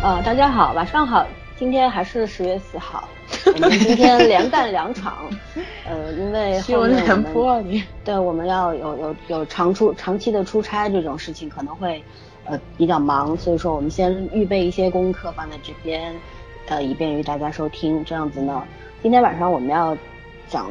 大家好，晚上好，今天还是10月4号，我们今天连干2场，因为后面我们要有长期的出差这种事情，可能会比较忙，所以说我们先预备一些功课放在这边，以便于大家收听。这样子呢，今天晚上我们要讲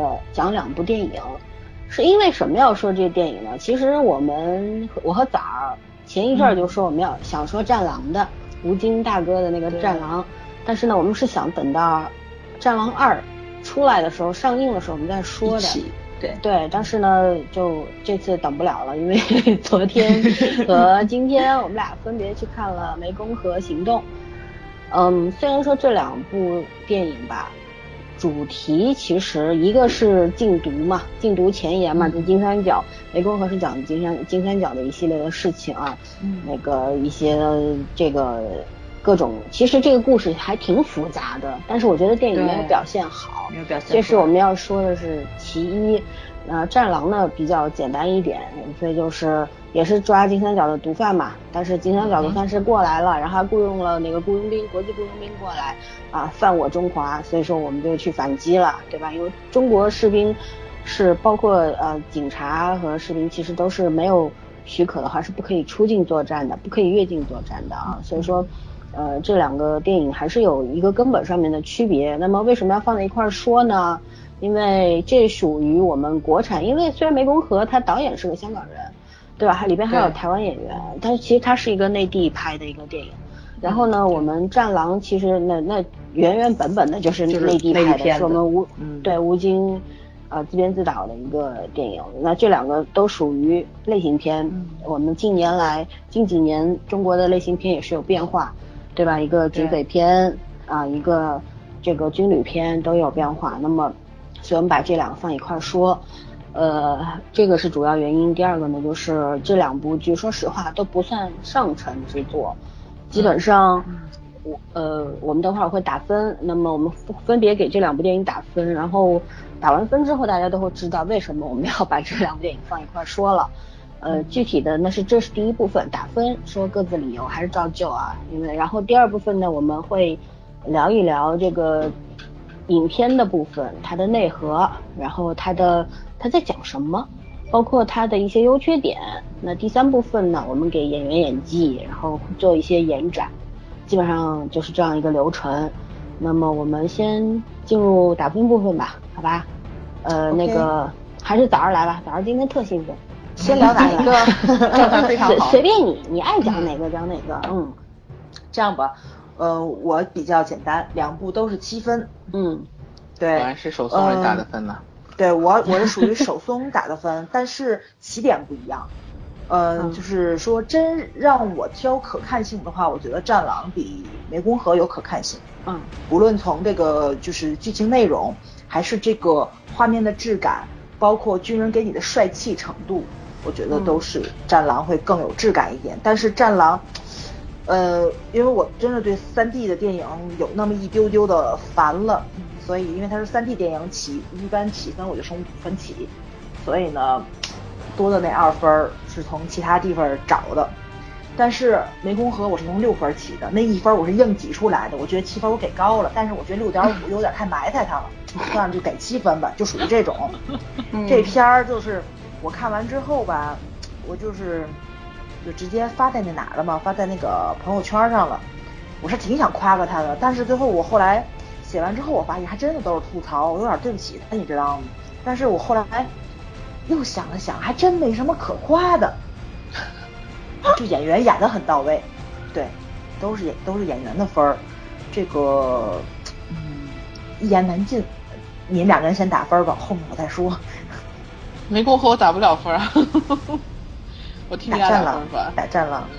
2部电影，是因为什么要说这个电影呢？其实我和崽儿前一阵儿就说我们想说战狼的。吴京大哥的那个战狼，但是呢我们是想等到战狼2出来的时候上映的时候我们再说的。对，但是呢就这次等不了了，因为昨天和今天我们俩分别去看了湄公河行动。虽然说这2部电影吧，主题其实一个是禁毒嘛，禁毒前沿嘛，就金三角，湄公河是讲金三角的一系列的事情啊，那个一些这个各种，其实这个故事还挺复杂的，但是我觉得电影没有表现好，这是我们要说的是其一。战狼呢比较简单一点，所以就是也是抓金三角的毒贩嘛，但是金三角毒贩是过来了，然后还雇佣了那个国际雇佣兵过来犯我中华，所以说我们就去反击了，对吧？因为中国士兵是包括警察和士兵其实都是没有许可的话是不可以出境作战的，不可以越境作战的啊，所以说这2个电影还是有一个根本上面的区别。那么为什么要放在一块说呢？因为这属于我们国产，因为虽然湄公河他导演是个香港人，对吧？里边还有台湾演员，但是其实它是一个内地拍的一个电影。然后呢，我们战狼其实那原本的就是内地拍的，是我们吴京自编自导的一个电影。那这2个都属于类型片。我们近几年中国的类型片也是有变化，对吧？一个警匪片一个这个军旅片都有变化。那么所以我们把这2个放一块说，这个是主要原因。第二个呢，就是这2部剧说实话都不算上乘之作，基本上我们等会儿会打分，那么我们分别给这2部电影打分，然后打完分之后大家都会知道为什么我们要把这2部电影放一块说了。具体的这是第一部分打分，说各自理由还是照旧啊，因为然后第2部分呢我们会聊一聊这个影片的部分，它的内核，然后它在讲什么，包括它的一些优缺点。那第3部分呢，我们给演员演技，然后做一些延展，基本上就是这样一个流程。那么我们先进入打分部分吧，好吧？那个还是早上来吧，早上今天特兴奋。 先聊哪一个？状态非常好。 随便你爱讲哪个讲哪个。 这样吧。我比较简单，2部都是7分。对。 果然是手松人打的分呢。 对，我是属于手松打的分，但是起点不一样。就是说真让我挑可看性的话，我觉得战狼比湄公河有可看性。无论从这个就是剧情内容，还是这个画面的质感，包括军人给你的帅气程度，我觉得都是战狼会更有质感一点。但是战狼因为我真的对 3D 的电影有那么一丢丢的烦了，所以因为它是 3D 电影一般起分我就从5分起，所以呢多的那2分是从其他地方找的。但是湄公河我是从6分起的，那1分我是硬挤出来的，我觉得7分我给高了，但是我觉得6.5有点太埋汰它了，这样就给7分吧，就属于这种。这片儿就是我看完之后吧，我就直接发在哪了嘛，发在那个朋友圈上了。我是挺想夸他的，但是最后我后来写完之后，我发现还真的都是吐槽，我有点对不起他，你知道吗？但是我后来又想了想，还真没什么可夸的，就演员演得很到位，对，都是演员的分儿，这个一言难尽。你们2个人先打分吧，后面我再说。 湄公河我打不了分啊。我替你俩打分吧。 打战狼。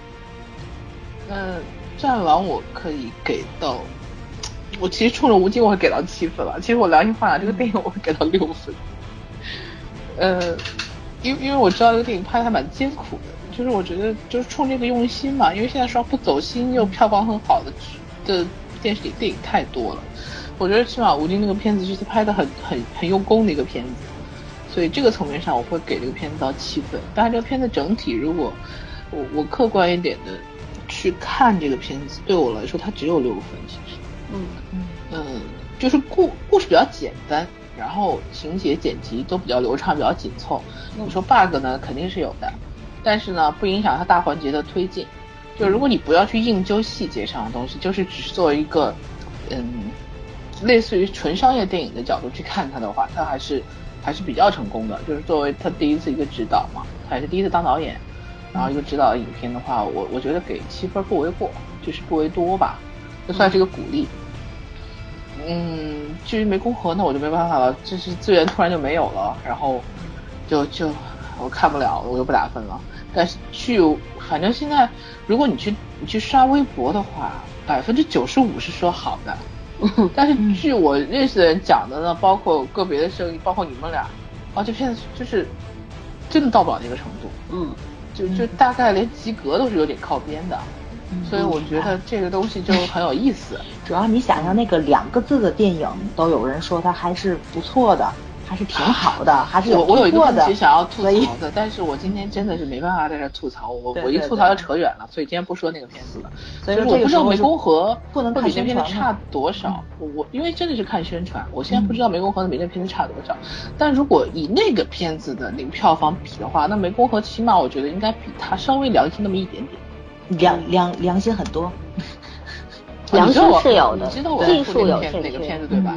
战狼我可以给到，我其实冲着吴京我会给到7分了。其实我良心话这个电影我会给到6分。因为我知道这个电影拍得还蛮艰苦的，就是我觉得就是冲这个用心嘛，因为现在说不走心又票房很好的电视里电影太多了，我觉得起码吴京那个片子就是拍得很用功的一个片子，所以这个层面上我会给这个片子到7分。但是这个片子整体如果我客观一点的去看这个片子，对我来说它只有6分，其实。就是故事比较简单，然后情节剪辑都比较流畅，比较紧凑。你说 bug 呢，肯定是有的，但是呢，不影响它大环节的推进。就如果你不要去硬揪细节上的东西，就是只是作为一个类似于纯商业电影的角度去看它的话，它还是比较成功的。就是作为他第一次一个指导嘛，他也是第一次当导演，然后一个指导的影片的话，我觉得给7分不为过，就是不为多吧，这算是一个鼓励。至于湄公河呢，我就没办法了，就是资源突然就没有了，然后就我看不了，我就不打分了。但是反正现在如果你去刷微博的话，95%是说好的，但是据我认识的人讲的呢，包括个别的声音，包括你们俩，这片子就是真的到不了那个程度，就大概连及格都是有点靠边的。所以我觉得这个东西就很有意思。 主要你想想那个2个字的电影，都有人说它还是不错的，还是挺好的，还是有我有一个问题想要吐槽的，但是我今天真的是没办法在这吐槽，我一吐槽就扯远了，所以今天不说那个片子了。所以我不知道湄公河不能看比那片子差多少，我因为真的是看宣传，我现在不知道湄公河比那片子差多少。但如果以那个片子的那个票房比的话，那湄公河起码我觉得应该比它稍微良心那么一点点。 良心很多， 良心是有的， 你知道我技术有哪个片子对吧？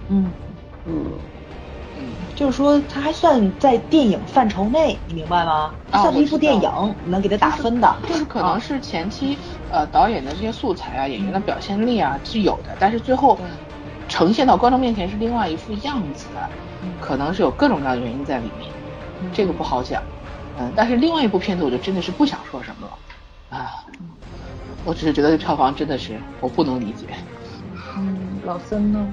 就是说它还算在电影范畴内，你明白吗？算是一部电影，能给它打分的。 就是可能是前期导演的这些素材啊，演员的表现力啊是有的，但是最后呈现到观众面前是另外一副样子的，可能是有各种各样的原因在里面，这个不好讲。但是另外一部片子我就真的是不想说什么了。我只是觉得这票房真的是我不能理解。 老森呢？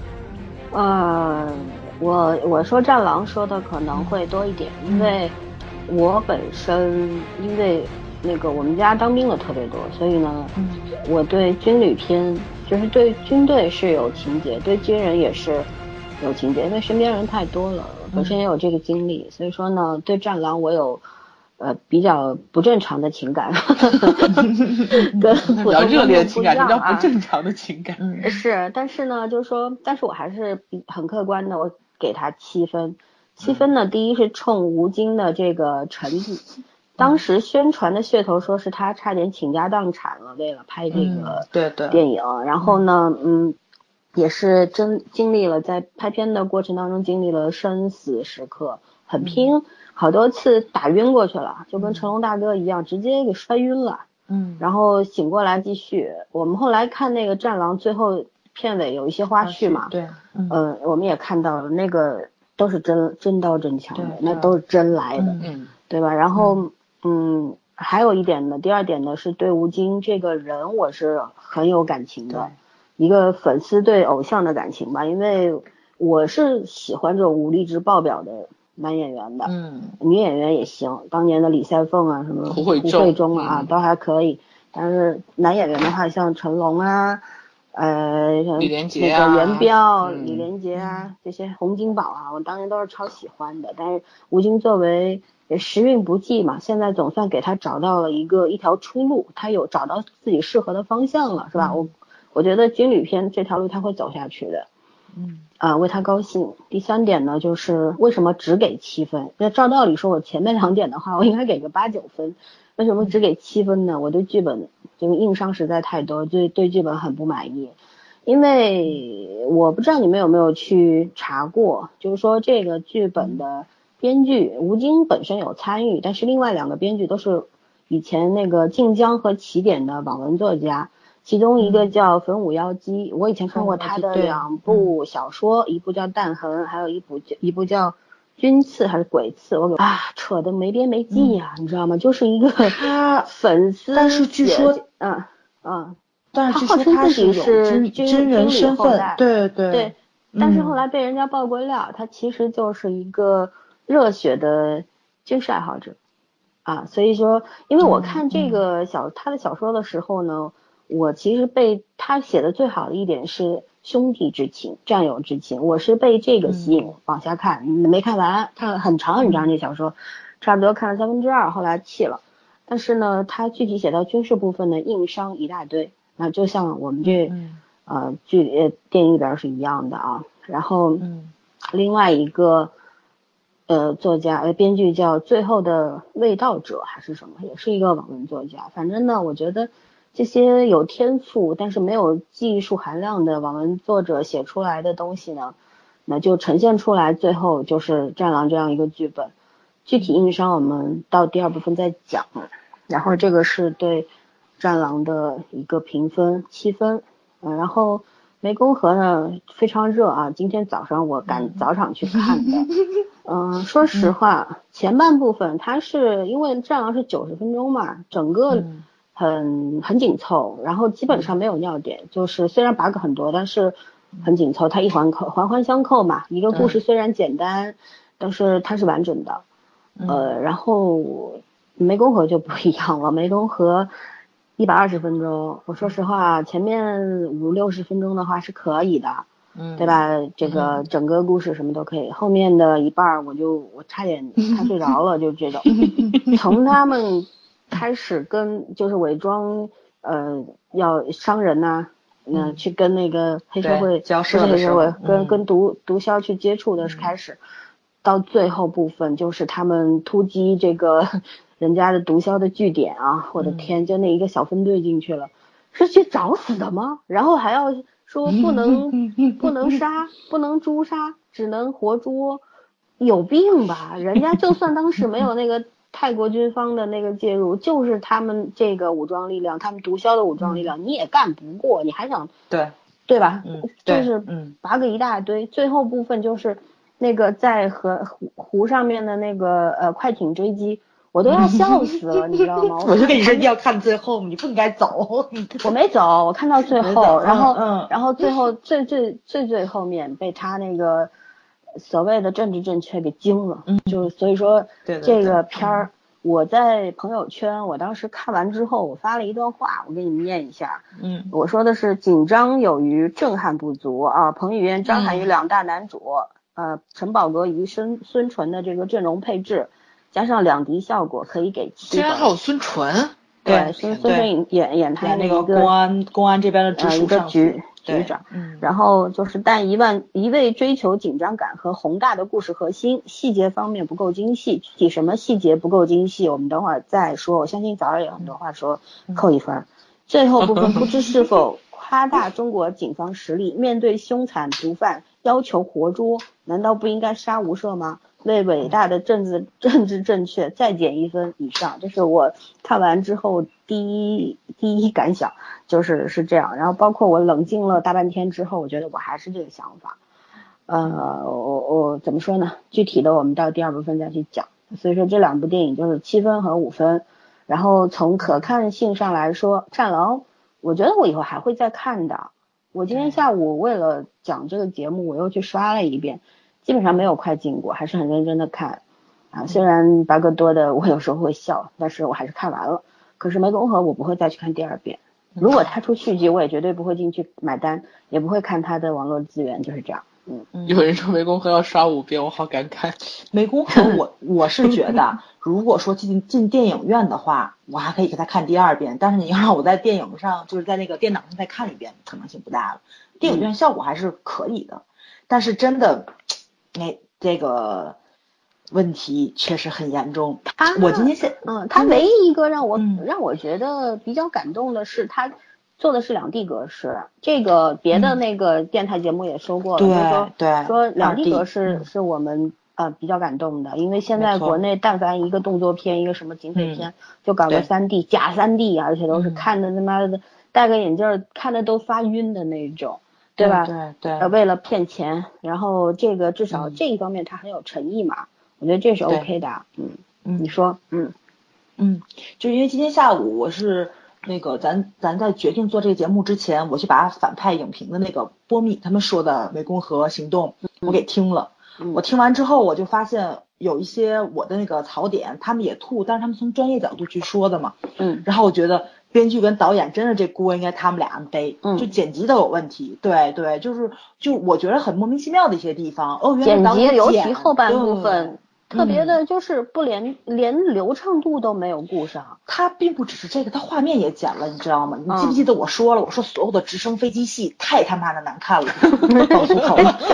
我说战狼说的可能会多一点，因为我本身因为那个我们家当兵的特别多，所以呢，我对军旅片就是对军队是有情节，对军人也是有情节，因为身边人太多了，本身也有这个经历，所以说呢，对战狼我有比较不正常的情感，跟比较热烈的情感，比较不正常的情感。 是，但是呢，就是说，但是我还是很客观的，我给他7分。7分呢，第一是冲吴京的这个诚意，当时宣传的噱头说是他差点倾家荡产了，为了拍这个电影，然后呢，也是经历了在拍片的过程当中经历了生死时刻，很拼。好多次打晕过去了，就跟成龙大哥一样，直接给摔晕了。然后醒过来继续。我们后来看那个战狼最后片尾有一些花絮嘛， 对， 我们也看到了，那个都是真刀真枪的，那都是真来的，对吧？然后还有一点呢，第二点呢是对吴京这个人我是很有感情的，一个粉丝对偶像的感情吧，因为我是喜欢这种武力值爆表的男演员的，女演员也行，当年的李赛凤啊，什么胡慧中啊，都还可以。但是男演员的话，像成龙啊， 李连杰啊， 那个元彪、李连杰啊，这些洪金宝啊，我当年都是超喜欢的。但是吴京作为时运不济嘛，现在总算给他找到了一条出路，他有找到自己适合的方向了，是吧？我觉得军旅片这条路他会走下去的。为他高兴。第3点呢，就是为什么只给7分？那照道理说，我前面2点的话，我应该给个8、9分。为什么只给7分呢？我对剧本这个硬伤实在太多，对剧本很不满意。因为我不知道你们有没有去查过，就是说这个剧本的编剧吴京本身有参与，但是另外2个编剧都是以前那个晋江和起点的网文作家。其中一个叫粉武妖姬，我以前看过他的2部小说，一部叫弹痕，还有一部叫军刺还是鬼刺，扯得没边没际啊，你知道吗？就是一个粉丝， 但是据说但是据说他是有军人身份，对， 但是后来被人家爆过料，他其实就是一个热血的军事爱好者啊，所以说，因为我看这个他的小说的时候呢。我其实被他写的最好的一点是兄弟之情、战友之情，我是被这个吸引往下看，没看完，看了很长很长这小说，差不多看了2/3，后来弃了。 但是呢，它具体写到军事部分呢，硬伤一大堆。那就像我们这电影里边是一样的啊。然后另外一个作家编剧叫最后的卫道者还是什么，也是一个网文作家。反正呢，我觉得这些有天赋但是没有技术含量的网文作者写出来的东西呢，那就呈现出来，最后就是《战狼》这样一个剧本。具体硬伤我们到第二部分再讲。然后这个是对《战狼》的一个评分7分。然后湄公河呢非常热啊，今天早上我赶早场去看的。说实话，前半部分它是因为《战狼》是90分钟嘛，整个很紧凑，然后基本上没有尿点，就是虽然 bug 很多，但是很紧凑，它一环环相扣嘛，一个故事虽然简单，但是它是完整的。然后湄公河就不一样了，湄公河120分钟，我说实话，前面50-60分钟的话是可以的，对吧？这个整个故事什么都可以，后面的一半我差点看睡着了，就这种。从他们开始跟就是伪装要伤人呐，去跟那个黑社会交涉的时候， 跟毒枭去接触的开始。到最后部分就是他们突击这个人家的毒枭的据点啊，我的天，就那一个小分队进去了，是去找死的吗？然后还要说不能杀，不能诛杀，只能活捉，有病吧？人家就算当时没有那个泰国军方的那个介入，就是他们这个武装力量，他们毒枭的武装力量，你也干不过，你还想对吧？就是bug一大堆，最后部分就是那个在湖上面的那个快艇追击，我都要笑死了，你知道吗？ 我就跟你说，一定要看最后，你不应该走。 我没走，我看到最后，然后最后最后面被他那个所谓的政治正确给惊了。就所以说这个片儿，我在朋友圈，我当时看完之后，我发了一段话，我给你们念一下。我说的是紧张有余，震撼不足啊。彭于晏、张涵予两大男主。陈宝国与孙淳的这个阵容配置，加上两敌效果，可以给7分。 竟然还有孙淳， 对，孙淳演他那个公安这边的直属上司局长。然后就是但一味追求紧张感和宏大的故事核心，细节方面不够精细。具体什么细节不够精细，我们等会儿再说。我相信早上有很多话说，扣1分。最后部分不知是否夸大中国警方实力，面对凶残毒贩要求活捉，难道不应该杀无赦吗？为伟大的政治正确再减1分以上，这是我看完之后第一感想，是这样。然后包括我冷静了大半天之后，我觉得我还是这个想法。我怎么说呢？具体的我们到第二部分再去讲。所以说这两部电影就是7分和5分。然后从可看性上来说，战狼我觉得我以后还会再看的。我今天下午为了讲这个节目，我又去刷了一遍，基本上没有快进过，还是很认真的看啊。虽然bug多的我有时候会笑，但是我还是看完了。可是湄公河我不会再去看第二遍，如果他出续集，我也绝对不会进去买单，也不会看他的网络资源，就是这样。 有人说湄公河要刷5遍，我好感慨。 湄公河我是觉得，如果说进电影院的话，我还可以给他看第二遍，但是你要让我在电影上，就是在那个电脑上再看一遍，可能性不大了。电影院效果还是可以的，但是真的，这个问题确实很严重。我今天他唯一一个让我觉得比较感动的是他做的是2D 格式，这个别的那个电台节目也说过了，说2D 格式是我们比较感动的，因为现在国内但凡一个动作片，一个什么警匪片，就搞个3D 假3D，而且都是看的他妈的戴个眼镜看的都发晕的那种，对吧？ 对， 为了骗钱，然后这个至少这一方面他很有诚意嘛，我觉得这是 OK 的。你说， 就是因为今天下午我是。那个咱在决定做这个节目之前，我去把反派影评的那个波密他们说的湄公河行动我给听了。我听完之后，我就发现有一些我的那个槽点，他们也吐，但是他们从专业角度去说的嘛。然后我觉得编剧跟导演真的这锅应该他们俩人背，就剪辑都有问题。对，就我觉得很莫名其妙的一些地方。 剪辑尤其后半部分。 特别的就是不连流畅度都没有顾上。 它并不只是这个，它画面也剪了，你知道吗？你记不记得我说了，我说所有的直升飞机戏太他妈的难看了，爆粗口了。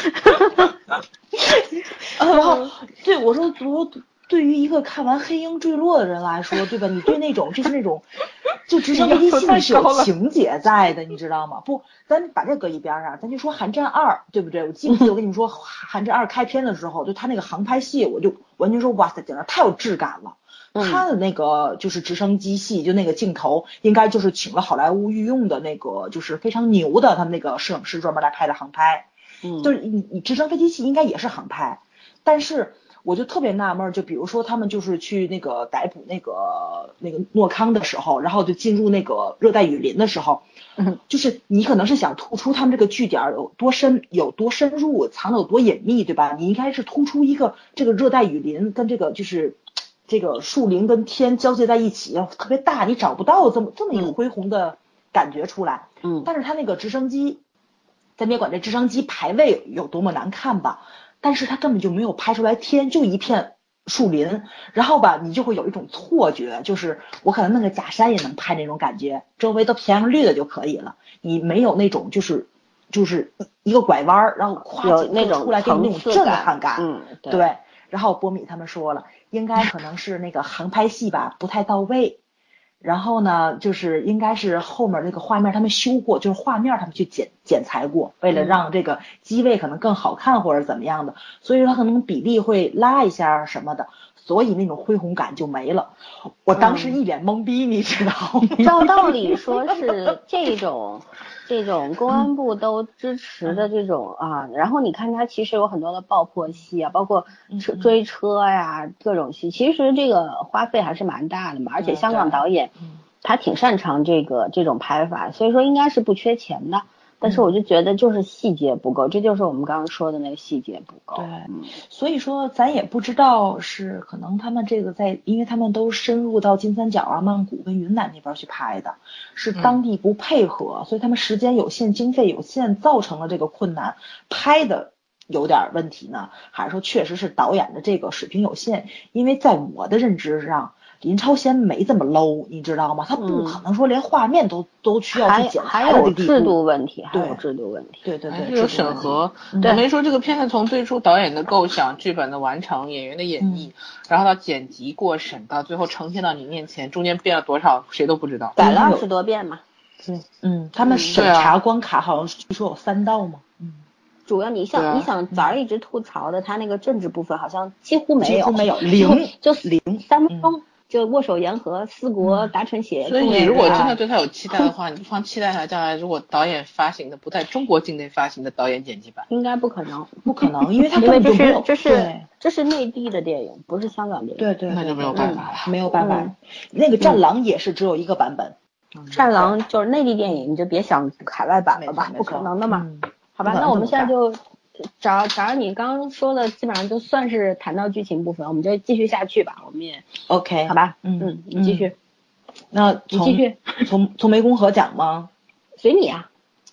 然后对我说对于一个看完《黑鹰坠落》的人来说，对吧？你对那种就是那种就直升飞机戏是有情节在的，你知道吗？不，咱把这搁一边上，咱就说《寒战2》，对不对？我记不记得我跟你们说，《寒战2》开篇的时候，就他那个航拍戏，我就完全说哇塞，简直太有质感了。他的那个就是直升机戏，就那个镜头，应该就是请了好莱坞御用的那个就是非常牛的他们那个摄影师专门来拍的航拍。就是你直升飞机戏应该也是航拍，但是我就特别纳闷，就比如说他们就是去那个逮捕那个诺康的时候，然后就进入那个热带雨林的时候，就是你可能是想突出他们这个据点有多深入，藏的有多隐秘，对吧？你应该是突出一个这个热带雨林跟这个就是这个树林跟天交界在一起，特别大，你找不到这么一个恢宏的感觉出来。但是他那个直升机，咱别管这直升机排位有多么难看吧，但是他根本就没有拍出来天，就一片树林，然后吧，你就会有一种错觉，就是我可能弄个假山也能拍那种感觉，周围都偏上绿的就可以了，你没有那种就是一个拐弯，然后夸景色出来给你那种震撼感。对。然后波米他们说了，应该可能是那个航拍戏吧不太到位。然后呢，就是应该是后面那个画面他们修过，就是画面他们去剪裁过，为了让这个机位可能更好看或者怎么样的，所以他可能比例会拉一下什么的，所以那种恢宏感就没了。我当时一脸懵逼，你知道吗？ 照道理说是这种公安部都支持的这种啊，然后你看它其实有很多的爆破戏啊，包括追车呀各种戏，其实这个花费还是蛮大的嘛，而且香港导演他挺擅长这种拍法，所以说应该是不缺钱的。但是我就觉得就是细节不够，这就是我们刚刚说的那个细节不够。 对，所以说咱也不知道是可能他们这个因为他们都深入到金三角啊、曼谷跟云南那边去拍的，是当地不配合，所以他们时间有限、经费有限，造成了这个困难，拍的有点问题呢，还是说确实是导演的这个水平有限？因为在我的认知上，林超贤没这么 low， 你知道吗？他不可能说连画面都需要去剪裁的地步。 还有制度问题，还有制度问题。 对， 还是有审核。对，没说这个片子从最初导演的构想、剧本的完成、演员的演绎，然后到剪辑过审，到最后呈现到你面前，中间变了多少，谁都不知道。 改了20多遍嘛。 他们审查关卡好像据说有3道嘛。 主要你想咱儿一直吐槽的，他那个政治部分好像几乎没有， 零就3分钟。就握手言和，4国达成协议。 所以你如果真的对他有期待的话，你不妨期待他将来如果导演发行的不在中国境内发行的导演剪辑版。 应该不可能， 因为他根本就没有。 这是内地的电影，不是香港电影。对， 那就没有办法了， 没有办法。那个《战狼》也是只有一个版本， 战狼就是内地电影，你就别想海外版了吧，不可能的嘛。好吧，那我们现在就。找你刚刚说的基本上就算是谈到剧情部分，我们就继续下去吧。我们也 OK 好吧，你继续。 那你继续从湄公河讲吗？ 随你啊。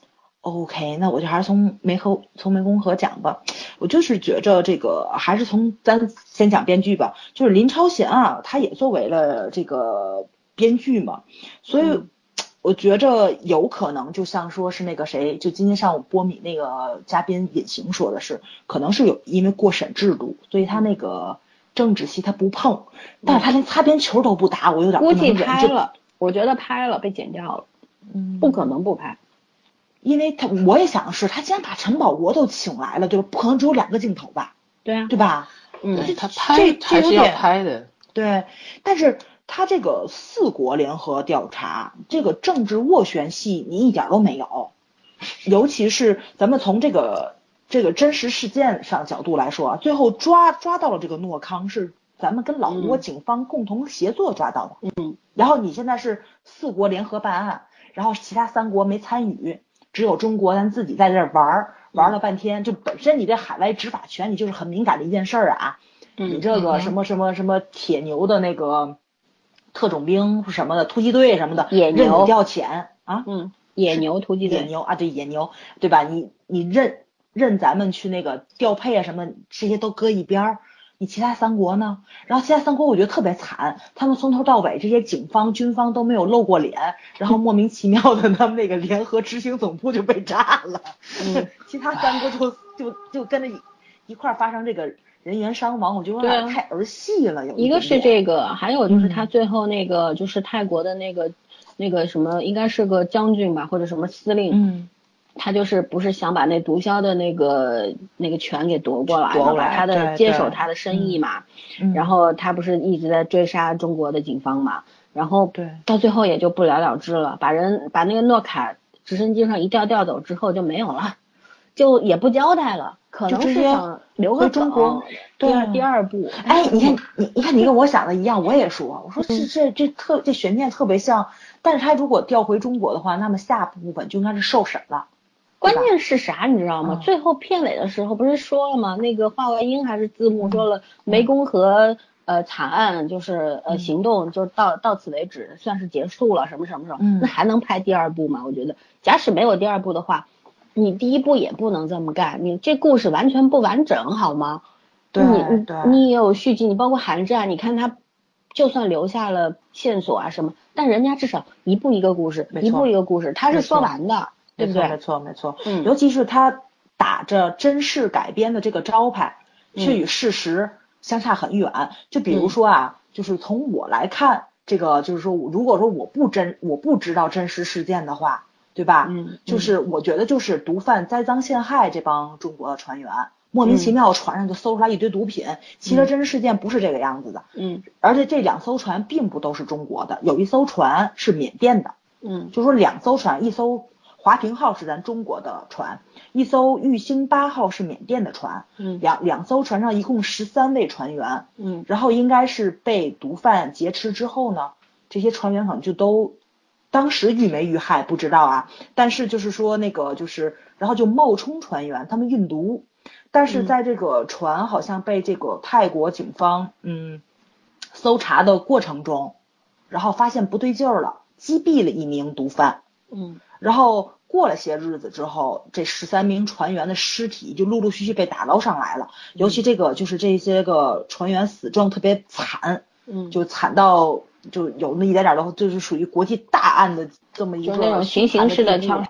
OK， 那我就还是从湄公河讲吧。我就是觉着这个还是咱先讲编剧吧，就是林超贤啊，他也作为了这个编剧嘛，所以。我觉着有可能就像说是那个谁，就今天上午波米那个嘉宾隐形说的是，可能是因为过审制度，所以他那个政治戏他不碰，但是他连擦边球都不打，我有点不能忍。 估计拍了，我觉得拍了被剪掉了，不可能不拍， 因为我也想是他既然把陈宝国都请来了，对吧？不可能只有2个镜头吧？ 对啊， 对吧？ 他拍还是要拍的， 对，但是。他这个4国联合调查，这个政治斡旋戏你一点都没有，尤其是咱们从这个真实事件上角度来说啊，最后抓到了这个诺康是咱们跟老挝警方共同协作抓到的，然后你现在是4国联合办案，然后其他3国没参与，只有中国咱自己在这玩了半天，就本身你这海外执法权你就是很敏感的一件事儿啊，你这个什么铁牛的那个。特种兵什么的，突击队什么的， 野牛任你调遣啊， 野牛突击队， 野牛啊，对野牛，对吧？你任咱们去那个调配啊什么，这些都搁一边儿， 你其他三国呢？然后其他三国我觉得特别惨，他们从头到尾这些警方军方都没有露过脸，然后莫名其妙的他们那个联合执行总部就被炸了，其他三国就跟着一块发生这个人员伤亡，我觉得有点太儿戏了。有一个是这个，还有就是他最后那个就是泰国的那个什么，应该是个将军吧，或者什么司令，他就是不是想把那毒枭的那个权给夺过来，把他的接手他的生意嘛，然后他不是一直在追杀中国的警方嘛，然后到最后也就不了了之了，把那个诺卡直升机上一调走之后就没有了，就也不交代了，可能是想留个中国第二部。 哎，你看你跟我想的一样，我也说，我说这悬念特别像，但是他如果调回中国的话，那么下部分就应该是受审了。 关键是啥你知道吗？最后片尾的时候不是说了吗？那个话外音还是字幕说了湄公河惨案就是行动就到此为止，算是结束了什么，那还能拍第二部吗？我觉得假使没有第二部的话，你第一部也不能这么干，你这故事完全不完整好吗？ 对， 你也有续集，你包括寒战，你看他就算留下了线索啊什么，但人家至少一步一个故事，他是说完的。对不对？ 没错，尤其是他打着真事改编的这个招牌，却与事实相差很远。就比如说啊，就是从我来看，这个就是说，如果说我不知道真实事件的话，对吧？就是我觉得就是毒贩栽赃陷害这帮中国的船员，莫名其妙船上就搜出来一堆毒品，其实真实事件不是这个样子的。而且这2艘船并不都是中国的，有一艘船是缅甸的。就说2艘船，一艘华平号是咱中国的船，一艘玉兴8号是缅甸的船，两艘船上一共13位船员，然后应该是被毒贩劫持之后呢，这些船员可能就都当时遇没遇害不知道啊，但是就是说那个就是然后就冒充船员，他们运毒，但是在这个船好像被这个泰国警方搜查的过程中，然后发现不对劲儿了，击毙了一名毒贩。然后过了些日子之后，这13名船员的尸体就陆陆续续被打捞上来了，尤其这个就是这些个船员死状特别惨，就惨到就有那一点点的，就是属于国际大案的这么一个就那种行刑式的枪，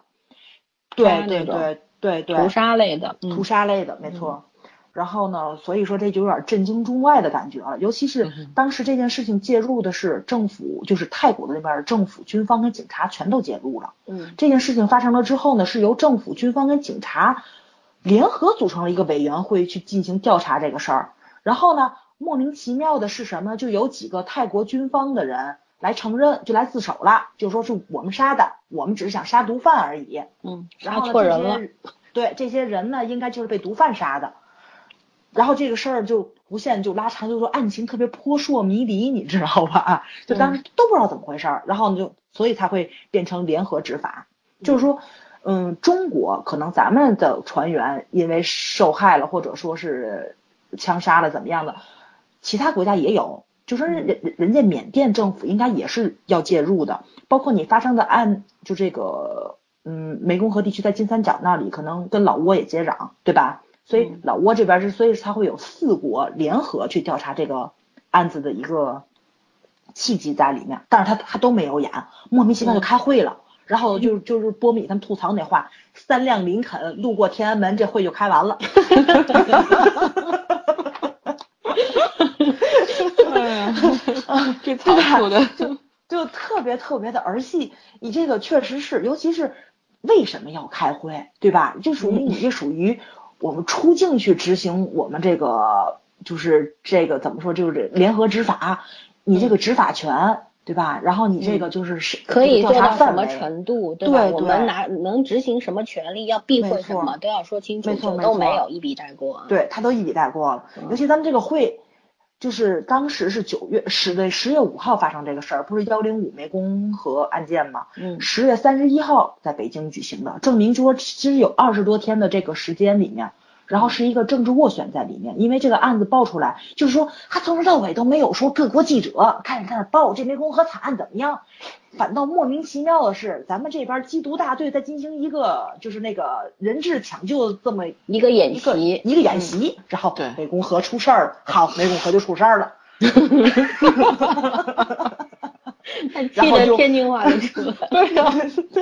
对， 屠杀类的， 没错。然后呢，所以说这就有点震惊中外的感觉了，尤其是当时这件事情介入的是政府，就是泰国的那边的政府、军方跟警察全都介入了。这件事情发生了之后呢，是由政府、军方跟警察联合组成了一个委员会去进行调查这个事儿。然后呢，莫名其妙的是什么？就有几个泰国军方的人来承认，就来自首了，就说是我们杀的，我们只是想杀毒贩而已。然后杀错人了。 对，这些人呢，应该就是被毒贩杀的。然后这个事儿就无限就拉长，就说案情特别扑朔迷离，你知道吧？就当时都不知道怎么回事儿，然后所以才会变成联合执法。就是说，中国可能咱们的船员因为受害了，或者说是枪杀了怎么样的，其他国家也有，就说人家缅甸政府应该也是要介入的，包括你发生的案，就这个湄公河地区在金三角那里，可能跟老挝也接壤，对吧？所以老挝这边所以才会有4国联合去调查这个案子的一个契机在里面，但是他都没有演，莫名其妙就开会了，然后就是波米他们吐槽那话，3辆林肯路过天安门，这会就开完了。 这仓促的就特别特别的儿戏，你这个确实是，尤其是为什么要开会，对吧？就属于你这属于我们出境去执行我们这个就是这个怎么说，就是联合执法，你这个执法权，对吧？然后你这个就是可以做到什么程度，对吧？ 对， 我们能执行什么权利，要避讳什么都要说清楚， 没错， 都没有一笔带过。 对，他都一笔带过了。尤其咱们这个会，就是当时是10月5号发生这个事儿，不是105湄公河案件吗？10月31号在北京举行的，证明说其实有20多天的这个时间里面， 然后是一个政治斡旋在里面，因为这个案子爆出来，就是说他从头到尾都没有说各国记者开始在那报这湄公河惨案怎么样，反倒莫名其妙的是，咱们这边缉毒大队在进行一个就是那个人质抢救这么一个演习， 然后湄公河出事儿了，好，湄公河就出事儿了。然后就天津话就出来， 对呀，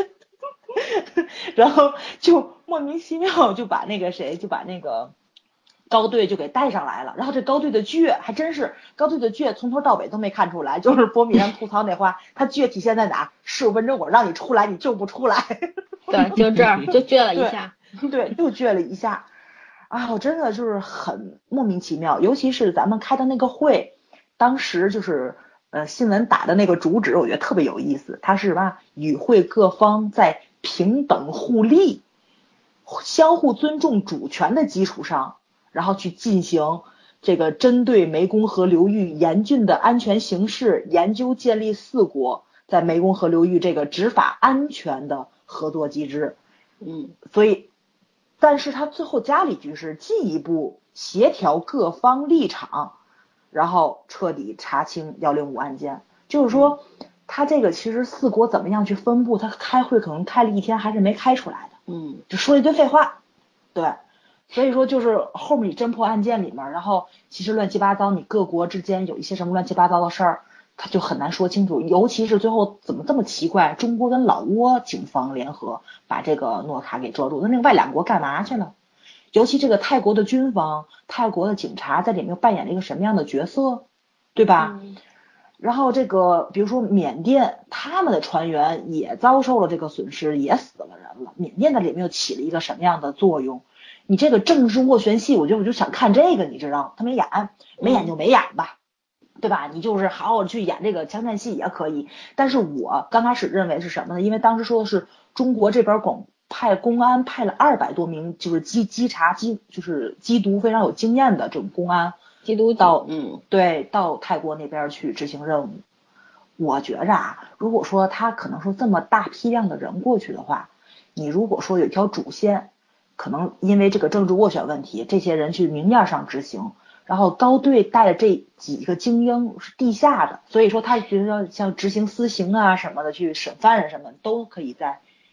然后就莫名其妙就把那个高队就给带上来了，然后这高队的倔还真是高队的倔，从头到尾都没看出来，就是波米山吐槽那话，他倔体现在哪？15分钟我让你出来，你就不出来。 对，就这儿就倔了一下， 对，就倔了一下。啊，我真的就是很莫名其妙，尤其是咱们开的那个会，当时就是新闻打的那个主旨，我觉得特别有意思，它是什么？与会各方在平等互利、相互尊重主权的基础上，然后去进行这个针对湄公河流域严峻的安全形势研究，建立4国在湄公河流域这个执法安全的合作机制。所以，但是他最后加了一句是进一步协调各方立场，然后彻底查清105案件。就是说，他这个其实4国怎么样去分布，他开会可能开了1天还是没开出来的。就说一堆废话。对。所以说就是后面你侦破案件里面，然后其实乱七八糟，你各国之间有一些什么乱七八糟的事儿，他就很难说清楚。尤其是最后怎么这么奇怪，中国跟老挝警方联合把这个诺卡给捉住，那另外2国干嘛去了？尤其这个泰国的军方、泰国的警察在里面扮演了一个什么样的角色，对吧？然后这个比如说缅甸，他们的船员也遭受了这个损失，也死了人了。缅甸在里面又起了一个什么样的作用？你这个政治斡旋戏，我就想看这个，你知道他没演就没演吧，对吧？你就是好好去演这个枪战戏也可以。但是我刚开始认为是什么呢？因为当时说的是中国这边光派公安派了200多名，就是就是缉毒非常有经验的这种公安缉毒到到泰国那边去执行任务。我觉着如果说他可能说这么大批量的人过去的话，你如果说有一条主线，可能因为这个政治斡旋问题，这些人去明面上执行，然后高队带着这几个精英是地下的，所以说他觉得像执行私刑啊什么的，去审犯人什么都可以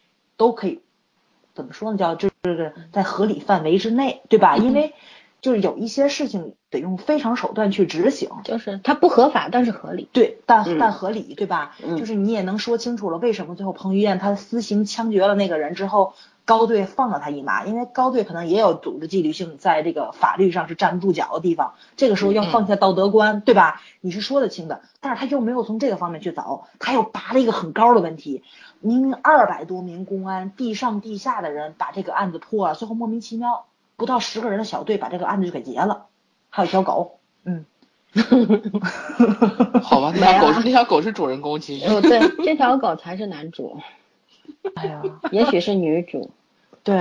怎么说呢，叫就是在合理范围之内，对吧？因为就是有一些事情得用非常手段去执行， 就是它不合法但是合理， 对，但合理，对吧？就是你也能说清楚了为什么最后彭于晏他私刑枪决了那个人之后，高队放了他一马，因为高队可能也有组织纪律性，在这个法律上是站不住脚的地方，这个时候要放下道德观，对吧？你是说得清的，但是他又没有从这个方面去走，他又拔了一个很高的问题，明明200多名公安地上地下的人把这个案子破了，最后莫名其妙不到10个人的小队把这个案子就给结了，还有一条狗， 好吧，那条狗是主人公，其实对，这条狗才是男主， 哎呀， 也许是女主。 对，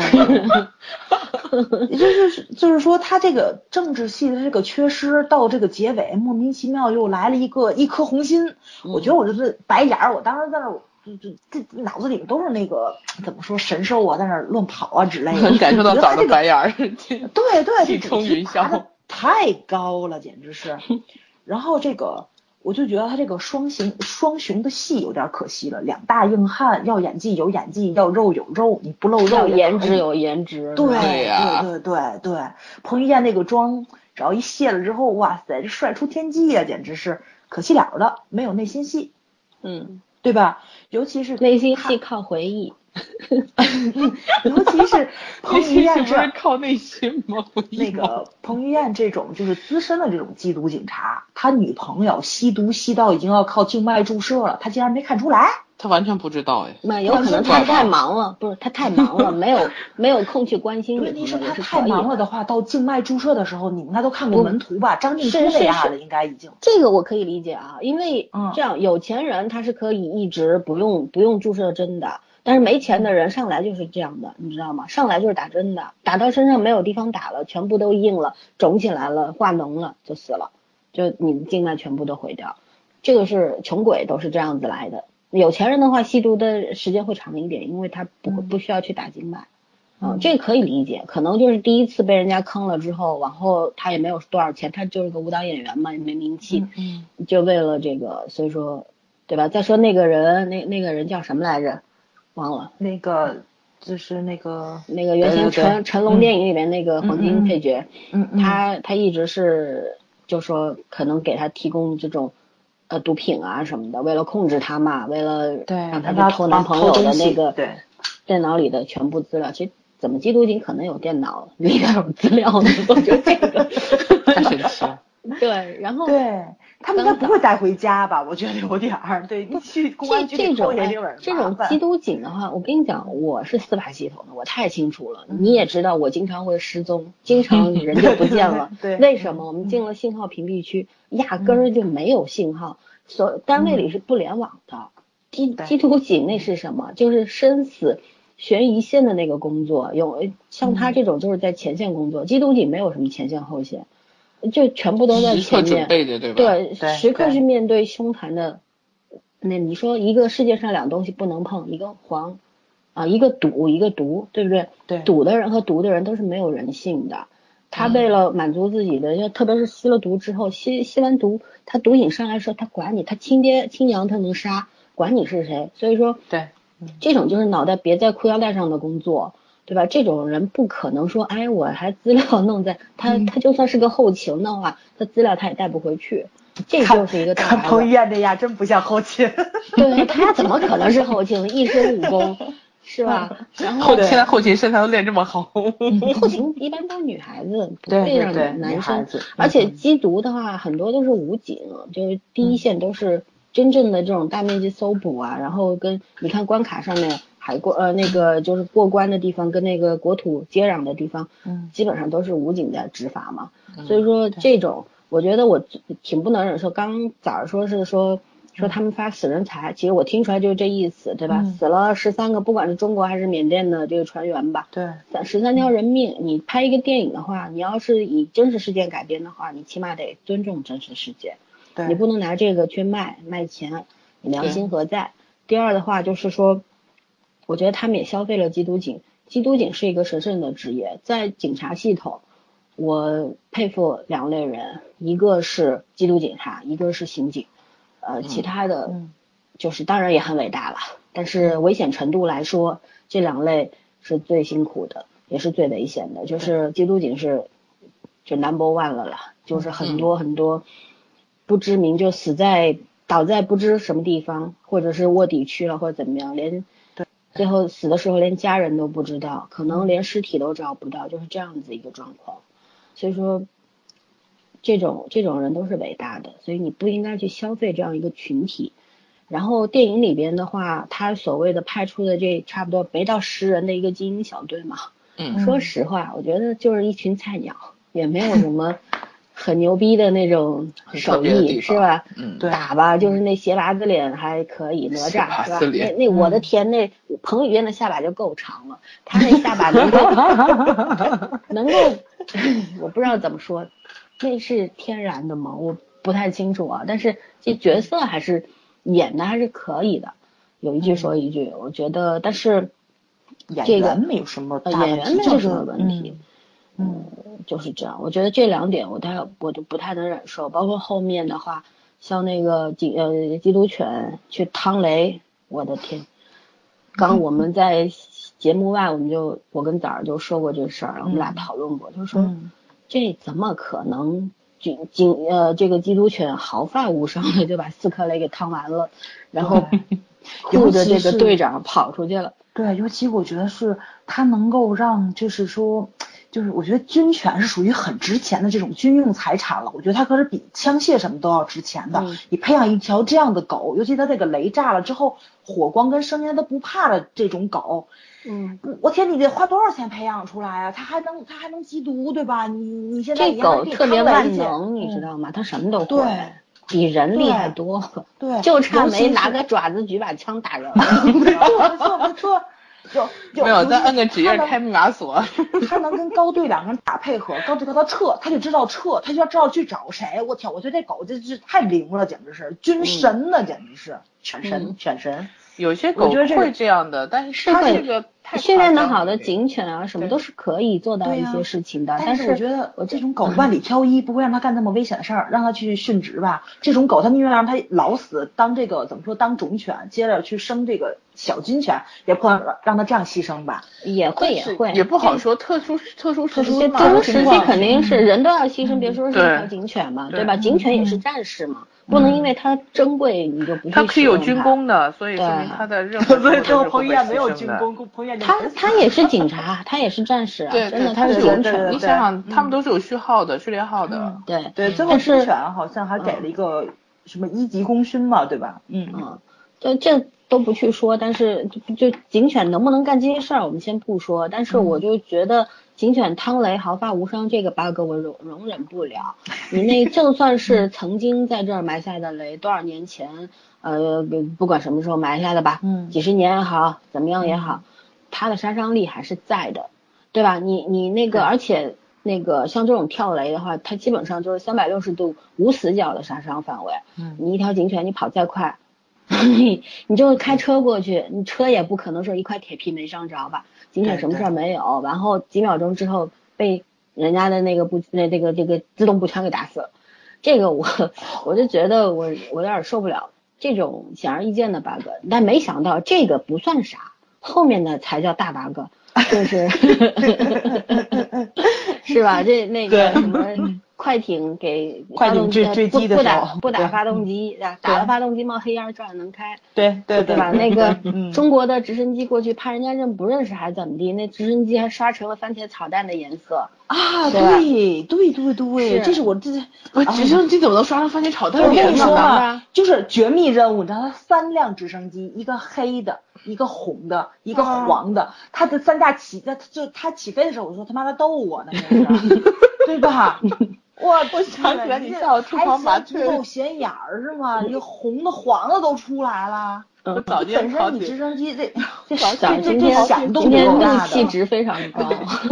就是说他这个政治戏的这个缺失，到这个结尾莫名其妙又来了一颗红心，我觉得我就是白眼儿，我当时在那这脑子里都是那个怎么说神兽啊，在那乱跑啊之类的， 能感受到早的白眼儿， 对， 气冲云霄， 太高了，简直是。然后这个我就觉得他这个双雄的戏有点可惜了，两大硬汉，要演技有演技，要肉有肉，你不露肉， 要颜值有颜值。 对呀，对，彭于晏那个妆，只要一卸了之后，哇塞，这帅出天际呀，简直是可惜了的，没有内心戏，对吧？尤其是内心戏靠回忆。 尤其是彭于晏不是靠内心吗？ 那个彭于晏这种就是资深的这种缉毒警察，他女朋友吸毒吸到已经要靠静脉注射了，他竟然没看出来， 他完全不知道哎。 那有可能他太忙了，不是他太忙了，没有空去关心。 问题是他太忙了的话，到静脉注射的时候，你们应该都看过《门徒》吧？张静初那样的应该已经。 这个我可以理解啊，因为这样有钱人他是可以一直不用注射针的。但是没钱的人上来就是这样的，你知道吗？上来就是打针的，打到身上没有地方打了，全部都硬了，肿起来了，化脓了，就死了，就你的静脉全部都毁掉。这个是穷鬼都是这样子来的，有钱人的话吸毒的时间会长一点，因为他不需要去打静脉。 这个可以理解，可能就是第一次被人家坑了之后，往后他也没有多少钱，他就是个舞蹈演员嘛，也没名气，就为了这个，所以说，对吧？再说那个人，那个人叫什么来着？忘了。 那个就是那个原先成龙电影里面那个黄金配角，他一直是就说可能给他提供这种毒品啊什么的，为了控制他嘛，为了让他去偷男朋友的那个电脑里的全部资料。其实怎么缉毒警可能有电脑里边有资料呢？我觉得这个太神奇了。 对，然后对他们应该不会带回家吧？我觉得有点儿，对，你去公安局里偷也有点这种缉毒警的话，我跟你讲，我是司法系统的，我太清楚了。你也知道，我经常会失踪，经常人就不见了。 对， 为什么？我们进了信号屏蔽区，压根儿就没有信号，单位里是不联网的。缉毒警那是什么？就是生死悬一线的那个工作，像他这种就是在前线工作，缉毒警没有什么前线后线。就全部都在前面， 时刻准备的，对吧？ 对，时刻是面对凶残的。那你说一个世界上两东西不能碰，一个黄啊，一个赌，一个毒，对不对？ 对， 赌的人和毒的人都是没有人性的。他为了满足自己的，特别是吸了毒之后，吸完毒，他毒瘾上来的时候，他管你，他亲爹亲娘他能杀，管你是谁。所以说， 对， 这种就是脑袋别在裤腰带上的工作。对吧？这种人不可能说，哎，我还资料弄在他就算是个后勤的话，他资料他也带不回去，这就是一个大。 看彭于晏这样真不像后勤。 对，他怎么可能是后勤？一身武功，是吧？然后现在后勤身材都练这么好。 后勤一般都是女孩子，不会让男生。而且缉毒的话，很多都是武警，就是第一线都是真正的这种大面积搜捕啊，然后跟你看关卡上面。海关那个就是过关的地方跟那个国土接壤的地方，基本上都是武警在执法嘛。所以说这种，我觉得我挺不能忍受。刚早说是说他们发死人财，其实我听出来就是这意思，对吧？死了13个，不管是中国还是缅甸的这个船员吧， 对 ，13条人命。你拍一个电影的话，你要是以真实事件改编的话，你起码得尊重真实事件，你不能拿这个去卖钱，你良心何在？第二的话就是说。我觉得他们也消费了缉毒警，缉毒警是一个神圣的职业，在警察系统，我佩服两类人，一个是缉毒警察，一个是刑警，其他的就是当然也很伟大了，但是危险程度来说，这两类是最辛苦的，也是最危险的，就是缉毒警是就 No.1 了啦，就是很多很多不知名就倒在不知什么地方，或者是卧底去了或者怎么样，最后死的时候连家人都不知道，可能连尸体都找不到，就是这样子一个状况。所以说这种人都是伟大的，所以你不应该去消费这样一个群体。然后电影里边的话，他所谓的派出的这差不多没到10人的一个精英小队嘛，说实话我觉得就是一群菜鸟，也没有什么很牛逼的那种手艺，是吧？打吧，就是那斜拔子脸还可以，哪吒是吧？那我的天，那彭于晏的下巴就够长了，他那下巴能够我不知道怎么说，那是天然的吗？我不太清楚啊，但是这角色还是演的还是可以的，有一句说一句，我觉得，但是演员没有什么演员没有什么问题。就是这样，我觉得这两点我就不太能忍受，包括后面的话，像那个缉毒犬去趟雷，我的天！刚我们在节目外，我跟崽儿就说过这事儿，我们俩讨论过，就是说这怎么可能？这个缉毒犬毫发无伤的就把4颗雷给趟完了，然后护着这个队长跑出去了。 对，尤其我觉得是他能够让，就是说。就是我觉得军犬是属于很值钱的这种军用财产了，我觉得它可是比枪械什么都要值钱的。你培养一条这样的狗，尤其它这个雷炸了之后，火光跟声音它不怕的这种狗，我天，你得花多少钱培养出来啊？它还能缉毒，对吧？你现在这狗特别万能，你知道吗？它什么都会。对。比人厉害多了。对。就差没拿个爪子举把枪打人了。 没错。 没有，再摁个指印开密码锁。 他能跟高队2个人打配合，高队叫他撤，他就知道撤，他就要知道去找谁。我天，我觉得这狗这太灵了，简直是军神呢，简直是犬神。 有些狗会这样的，但是它这个训练的好的警犬啊，什么都是可以做到一些事情的。但是我觉得我这种狗万里挑一，不会让它干那么危险的事儿，让它去殉职吧。这种狗，它宁愿让它老死，当这个怎么说，当种犬，接着去生这个小军犬，也不能让它这样牺牲吧。 也会， 也不好说。特殊时期肯定是人都要牺牲，别说是一条警犬嘛，对吧？警犬也是战士嘛。不能因为它珍贵你就不去使用它。 它可以有军功的，所以说明它的任何。 所以最后彭于晏没有军功，彭于晏他也是警察，他也是战士啊， 对， 真的他是警犬。 你想想，他们都是有序号的，序列号的。 对，最后警犬好像还给了一个什么1级功勋嘛，对吧？ 这都不去说，但是就警犬能不能干这些事儿，我们先不说。但是我就觉得警犬汤雷毫发无伤这个 bug 我容忍不了。你那就算是曾经在这儿埋下的雷，多少年前，不管什么时候埋下的吧，几十年也好，怎么样也好，它的杀伤力还是在的，对吧？你那个，而且那个像这种跳雷的话，它基本上就是360度无死角的杀伤范围。你一条警犬，你跑再快。你就开车过去，你车也不可能说一块铁皮没伤着吧？警犬什么事儿没有，然后几秒钟之后被人家的那个这个自动步枪给打死了。这个我就觉得我有点受不了这种显而易见的 bug， 但没想到这个不算啥，后面的才叫大 bug， 就是是吧？这那个什么。快艇给快艇坠机的时候不打发动机，打了发动机冒黑烟照样能开， 对吧？那个中国的直升机过去怕人家不认识还怎么地，那直升机还刷成了番茄炒蛋的颜色啊！对，这是我直升机怎么能刷成番茄炒蛋的颜色呢？就是绝密任务，你知道它3辆直升机，一个黑的，一个红的，一个黄的，它的3架它起飞的时候，我说他妈的逗我呢，对吧？哇， 我想起来你下午吐槽麻雀够显眼儿是吗？你红的黄的都出来了。本身你直升机这响动今天的气值非常高。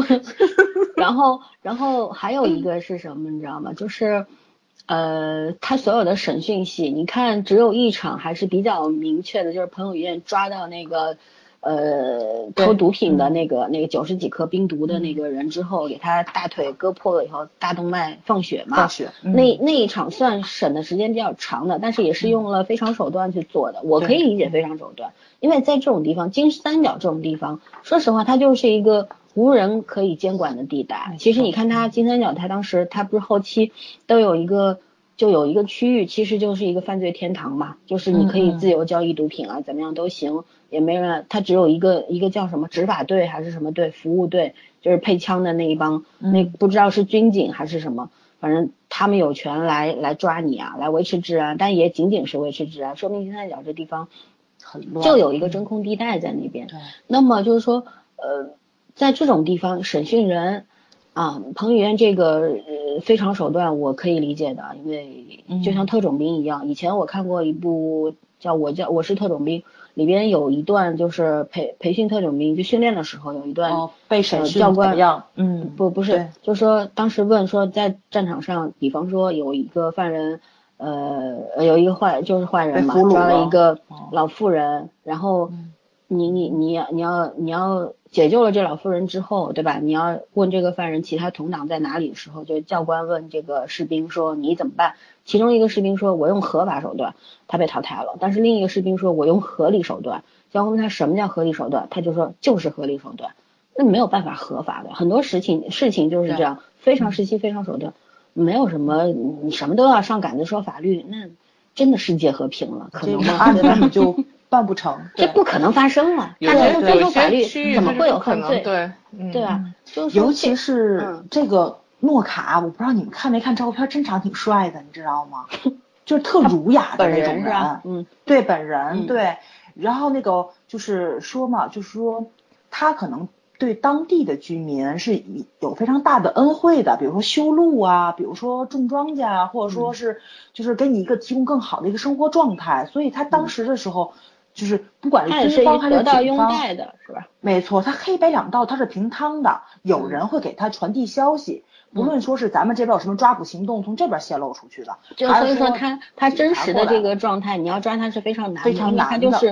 然后还有一个是什么你知道吗？就是他所有的审讯戏，你看只有一场还是比较明确的，就是彭于晏抓到那个偷毒品的那个90几克冰毒的那个人之后，给他大腿割破了以后，大动脉放血嘛。那一场算审的时间比较长的，但是也是用了非常手段去做的。我可以理解非常手段，因为在这种地方，金三角这种地方，说实话，它就是一个无人可以监管的地带。其实你看它金三角，它当时它不是后期都有一个区域，其实就是一个犯罪天堂嘛，就是你可以自由交易毒品啊，怎么样都行。也没人，他只有一个叫什么执法队还是什么队，服务队，就是配枪的那一帮，那不知道是军警还是什么，反正他们有权来抓你啊，来维持治安，但也仅仅是维持治安，说明金三角这地方很乱， 就有一个真空地带在那边。那么就是说，在这种地方审讯人啊，彭于晏这个非常手段我可以理解的，因为就像特种兵一样，以前我看过一部叫我是特种兵。里边有一段就是培训特种兵，就训练的时候有一段被审讯教官怎么样？ 不是，就说当时问说在战场上，比方说有一个犯人，有一个坏人嘛，抓了一个老妇人，然后你要解救了这老妇人之后，对吧？你要问这个犯人其他同党在哪里的时候，就教官问这个士兵说你怎么办？其中一个士兵说我用合法手段，他被淘汰了。但是另一个士兵说我用合理手段。教官问他什么叫合理手段，他就说就是合理手段。那没有办法合法的，很多事情就是这样，非常时期非常手段，没有什么你什么都要上杆子说法律，那真的世界和平了，可能吗？ 案子根本就办不成， 这不可能发生了。大家都遵守法律，怎么会有犯罪？对吧？就是尤其是这个诺卡，我不知道你们看没看照片，真长挺帅的，你知道吗？就是特儒雅的那种人。对，本人对。然后那个就是说嘛，就是说他可能对当地的居民是有非常大的恩惠的，比如说修路啊，比如说种庄稼啊，或者说是就是给你一个提供更好的一个生活状态。所以他当时的时候，就是不管是军方还是警方， 是吧？ 没错，他黑白两道他是平摊的，有人会给他传递消息。不论说是咱们这边有什么抓捕行动，从这边泄露出去的， 就所以说他真实的这个状态，你要抓他是非常难的， 非常难的， 他就是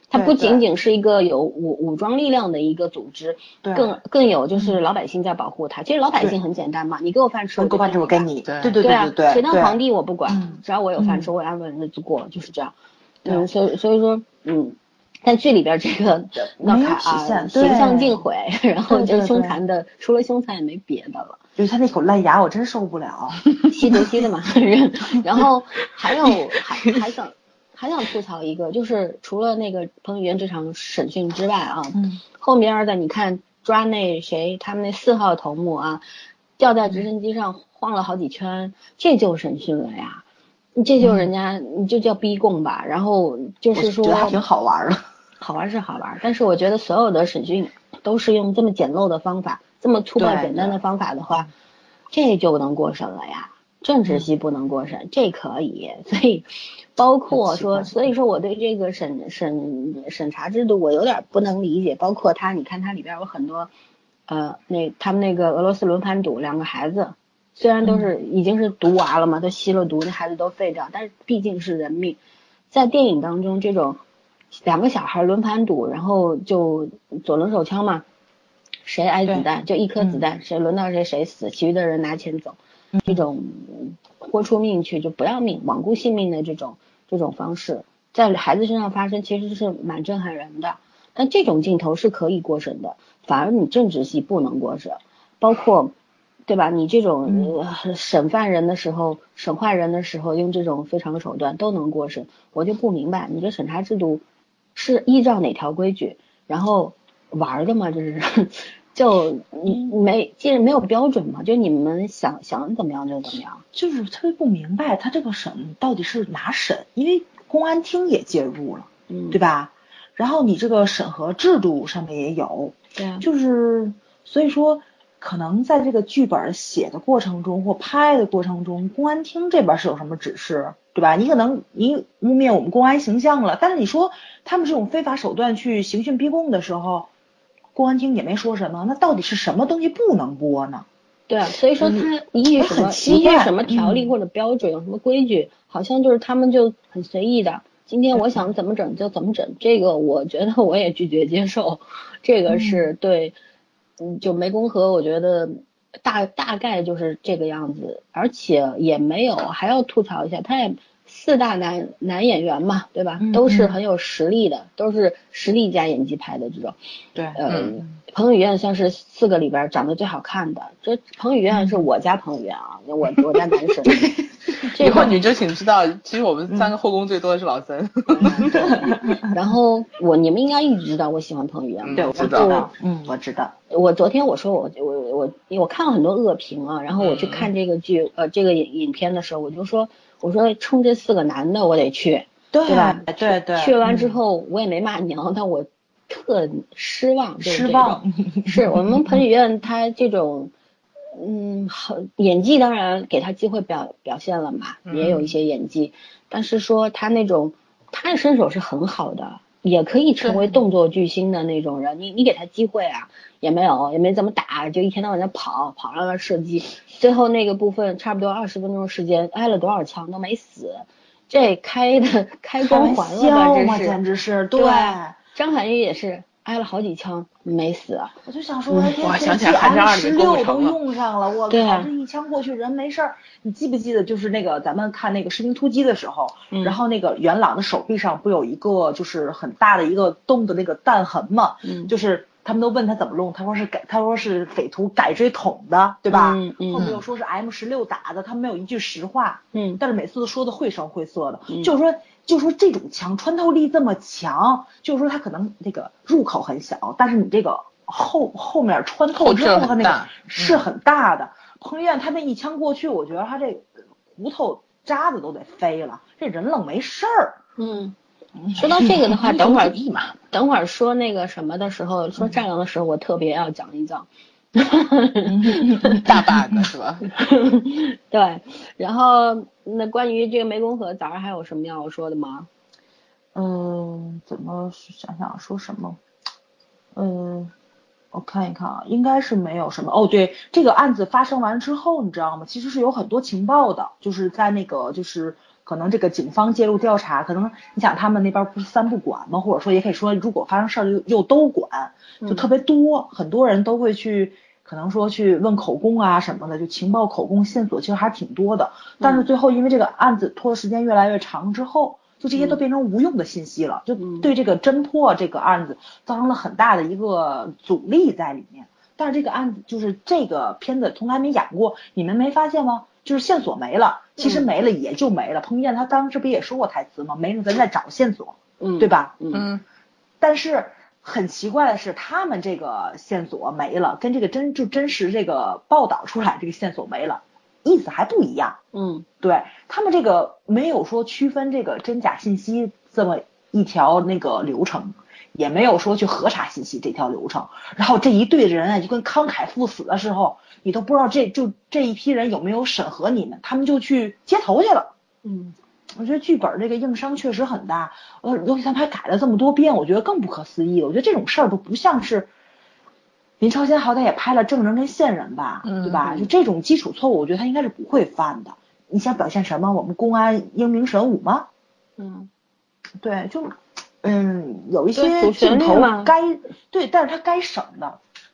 它不仅仅是一个有武装力量的一个组织，更有就是老百姓在保护它。其实老百姓很简单嘛，你给我饭吃，我给我饭吃，我给你。 对啊，谁当皇帝我不管，只要我有饭吃，我安稳日子过，就是这样。所以说，但剧里边这个闹卡啊，形象尽毁，然后就凶残的，除了凶残也没别的了。 就是他那口烂牙，我真受不了。 吸毒吸的嘛。然后还想吐槽一个，就是除了那个彭于晏这场审讯之外啊，后面的你看抓那谁，他们那4号头目啊，吊在直升机上晃了好几圈，这就审讯了呀。这就人家你就叫逼供吧，然后就是说我觉得还挺好玩的， 好玩是好玩，但是我觉得所有的审讯都是用这么简陋的方法，这么粗暴简单的方法的话，这就能过审了呀。政治系不能过审，这可以。所以包括说，所以说我对这个审查制度我有点不能理解，包括你看它里边有很多他们那个俄罗斯轮盘赌2个孩子，虽然都是已经是毒娃了嘛，都吸了毒，那孩子都废掉，但是毕竟是人命。在电影当中，这种2个小孩轮盘赌，然后就左轮手枪嘛，谁挨子弹就1颗子弹，谁轮到谁死，其余的人拿钱走，这种豁出命去就不要命罔顾性命的这种方式在孩子身上发生，其实是蛮震撼人的。但这种镜头是可以过审的，反而你政治系不能过审，包括对吧？你这种审犯人的时候，审坏人的时候，用这种非常手段都能过审，我就不明白你这审查制度是依照哪条规矩，然后玩的吗？这是就既然没有标准嘛，就你们想怎么样就怎么样， 就是特别不明白他这个审到底是哪审，因为公安厅也介入了，对吧？然后你这个审核制度上面也有， 对啊， 就是所以说可能在这个剧本写的过程中或拍的过程中，公安厅这边是有什么指示，对吧？你可能你污蔑我们公安形象了，但是你说他们这种非法手段去刑讯逼供的时候，公安厅也没说什么，那到底是什么东西不能播呢？ 对啊，所以说他依据什么条例或者标准，有什么规矩，好像就是他们就很随意的，今天我想怎么整就怎么整，这个我觉得我也拒绝接受，这个是对，就湄公河我觉得大概就是这个样子，而且也没有，还要吐槽一下，他也4大男演员嘛，对吧？都是很有实力的，都是实力加演技派的这种。 对， 彭于晏算是4个里边长得最好看的。这彭于晏是我家彭于晏啊，我家男神。 以后你就请知道，其实我们3个后宫最多的是老三。 然后你们应该一直知道我喜欢彭于晏。 对，我知道。我知道。 我昨天我说我看了很多恶评啊，然后我去看这个剧这个影片的时候，我说冲这4个男的我得去，对吧？ 对， 去完之后我也没骂娘，但我特失望。是我们彭于晏他这种演技当然给他机会表现了嘛，也有一些演技，但是说他那种他的身手是很好的，也可以成为动作巨星的那种人，你给他机会啊，也没怎么打，就一天到晚在跑让他射击，最后那个部分差不多20分钟时间，挨了多少枪都没死，这开光环了吧？这简直是对。 张涵予也是挨了好几枪没死啊！ 我就想说， 我想起来寒战2里面都用上了，我靠，这一枪过去人没事儿。你记不记得就是那个咱们看那个《士兵突击》的时候，然后那个元朗的手臂上不有一个就是很大的一个洞的那个弹痕嘛？就是他们都问他怎么弄，他说是匪徒改锥捅的，对吧？后面又说是 M16打的，他没有一句实话。但是每次都说的绘声绘色的，就说这种枪穿透力这么强，就是说它可能那个入口很小，但是你这个后面穿透之后它那个是很大的。彭于晏他那一枪过去，我觉得他这骨头渣子都得飞了，这人冷没事儿。 说到这个的话，等会儿说那个什么的时候，说战狼的时候，我特别要讲一讲。 大把的是吧？ 对，然后那关于这个湄公河，早上还有什么要说的吗？ 怎么想想说什么？我看一看啊，应该是没有什么。哦，对，这个案子发生完之后，你知道吗？其实是有很多情报的，就是在那个就是可能这个警方介入调查，可能你想他们那边不是三不管吗？或者说也可以说，如果发生事儿又都管，就特别多，很多人都会去，可能说去问口供啊什么的，就情报口供线索其实还挺多的。但是最后因为这个案子拖的时间越来越长之后，就这些都变成无用的信息了，就对这个侦破这个案子造成了很大的一个阻力在里面。但是这个案子就是这个片子从来没演过，你们没发现吗？就是线索没了，其实没了也就没了。彭于晏他当时不也说过台词吗？没人在找线索，对吧？但是很奇怪的是，他们这个线索没了，跟这个真实这个报道出来这个线索没了，意思还不一样。对，他们这个没有说区分这个真假信息这么一条那个流程，也没有说去核查信息这条流程。然后这一队人啊，就跟慷慨赴死的时候，你都不知道这一批人有没有审核你们，他们就去接头去了。我觉得剧本这个硬伤确实很大，尤其他们还改了这么多遍，我觉得更不可思议。我觉得这种事儿都不像是林超贤好歹也拍了证人跟线人吧，对吧？就这种基础错误，我觉得他应该是不会犯的。你想表现什么？我们公安英明神武吗？对，就有一些镜头对，但是他该省的，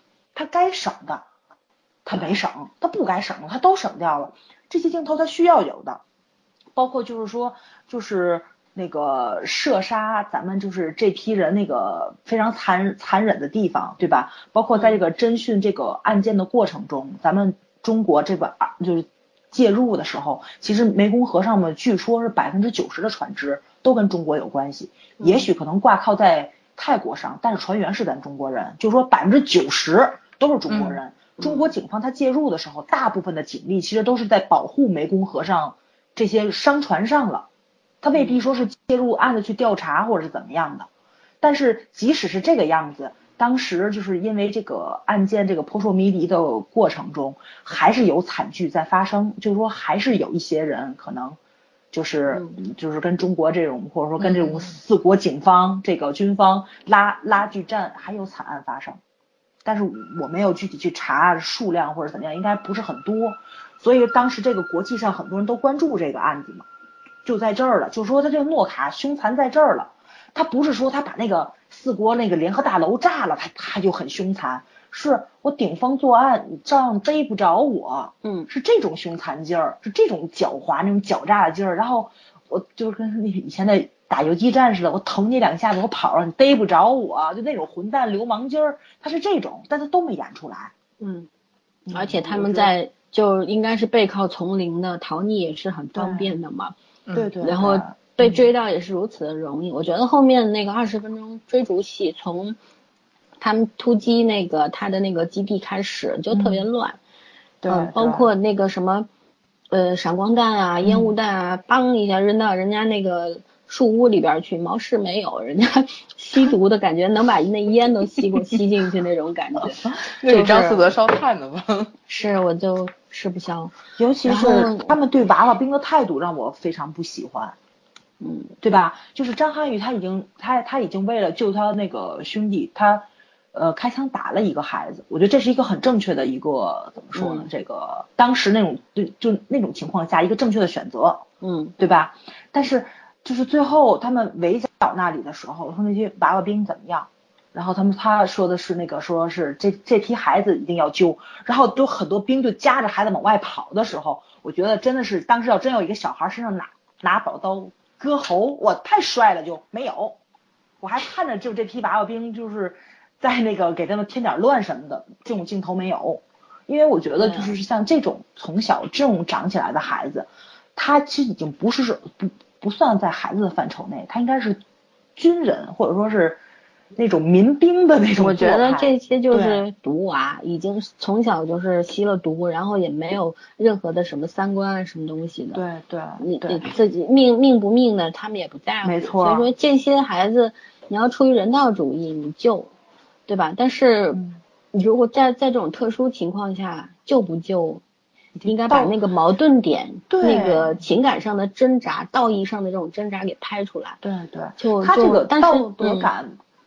他没省；他不该省的，他都省掉了。这些镜头他需要有的。包括就是说，就是那个射杀咱们就是这批人那个非常残忍的地方，对吧？包括在这个侦讯这个案件的过程中，咱们中国这个就是介入的时候，其实湄公河上面据说是90%的船只都跟中国有关系，也许可能挂靠在泰国上，但是船员是咱中国人，就是说90%都是中国人。中国警方他介入的时候，大部分的警力其实都是在保护湄公河上这些商船上了，他未必说是介入案子去调查或者是怎么样的。但是即使是这个样子，当时就是因为这个案件这个扑朔迷离的过程中，还是有惨剧在发生，就是说还是有一些人可能就是跟中国这种或者说跟这种四国警方这个军方拉锯战，还有惨案发生。但是我没有具体去查数量或者怎么样，应该不是很多。所以当时这个国际上很多人都关注这个案子嘛，就在这儿了，就是说他这个诺卡凶残在这儿了。他不是说他把那个四国那个联合大楼炸了，他就很凶残，是我顶风作案，你照样逮不着我，是这种凶残劲儿，是这种狡猾那种狡诈的劲儿。然后我就是跟那以前的打游击战似的，我捅你两下子，我跑了，你逮不着我，就那种混蛋流氓劲儿，他是这种，但他都没演出来。 而且他们就应该是背靠丛林的，逃匿也是很方便的嘛。 对， 然后被追到也是如此的容易。我觉得后面那个20分钟追逐戏，从他们突击那个他的那个基地开始就特别乱。包括那个什么闪光弹啊、烟雾弹啊，梆一下扔到人家那个树屋里边去，毛事没有，人家吸毒的感觉能把那烟都吸进去那种感觉。 那是张思德烧炭的吧？ 是，我就吃不消。 尤其是他们对娃娃兵的态度让我非常不喜欢。对吧？就是张涵予他已经为了救他那个兄弟，他开枪打了一个孩子。我觉得这是一个很正确的一个怎么说呢？这个当时那种就那种情况下一个正确的选择。对吧？但是就是最后他们围剿那里的时候，说那些娃娃兵怎么样？然后他说的是那个说是这批孩子一定要救，然后都很多兵就夹着孩子往外跑的时候，我觉得真的是当时要真有一个小孩身上拿宝刀割喉，我太帅了，就没有。我还看着就这批娃娃兵就是在那个给他们添点乱什么的，这种镜头没有。因为我觉得就是像这种从小这种长起来的孩子，他其实已经不算在孩子的范畴内，他应该是军人或者说是那种民兵的那种。 我觉得这些就是毒娃，已经从小就是吸了毒，然后也没有任何的什么三观啊什么东西的。 对， 你自己命不命的他们也不在乎。 没错。 所以说这些孩子你要出于人道主义你救，对吧？但是你如果在这种特殊情况下救不救，应该把那个矛盾点，那个情感上的挣扎、道义上的这种挣扎给拍出来。 对，他这个道德感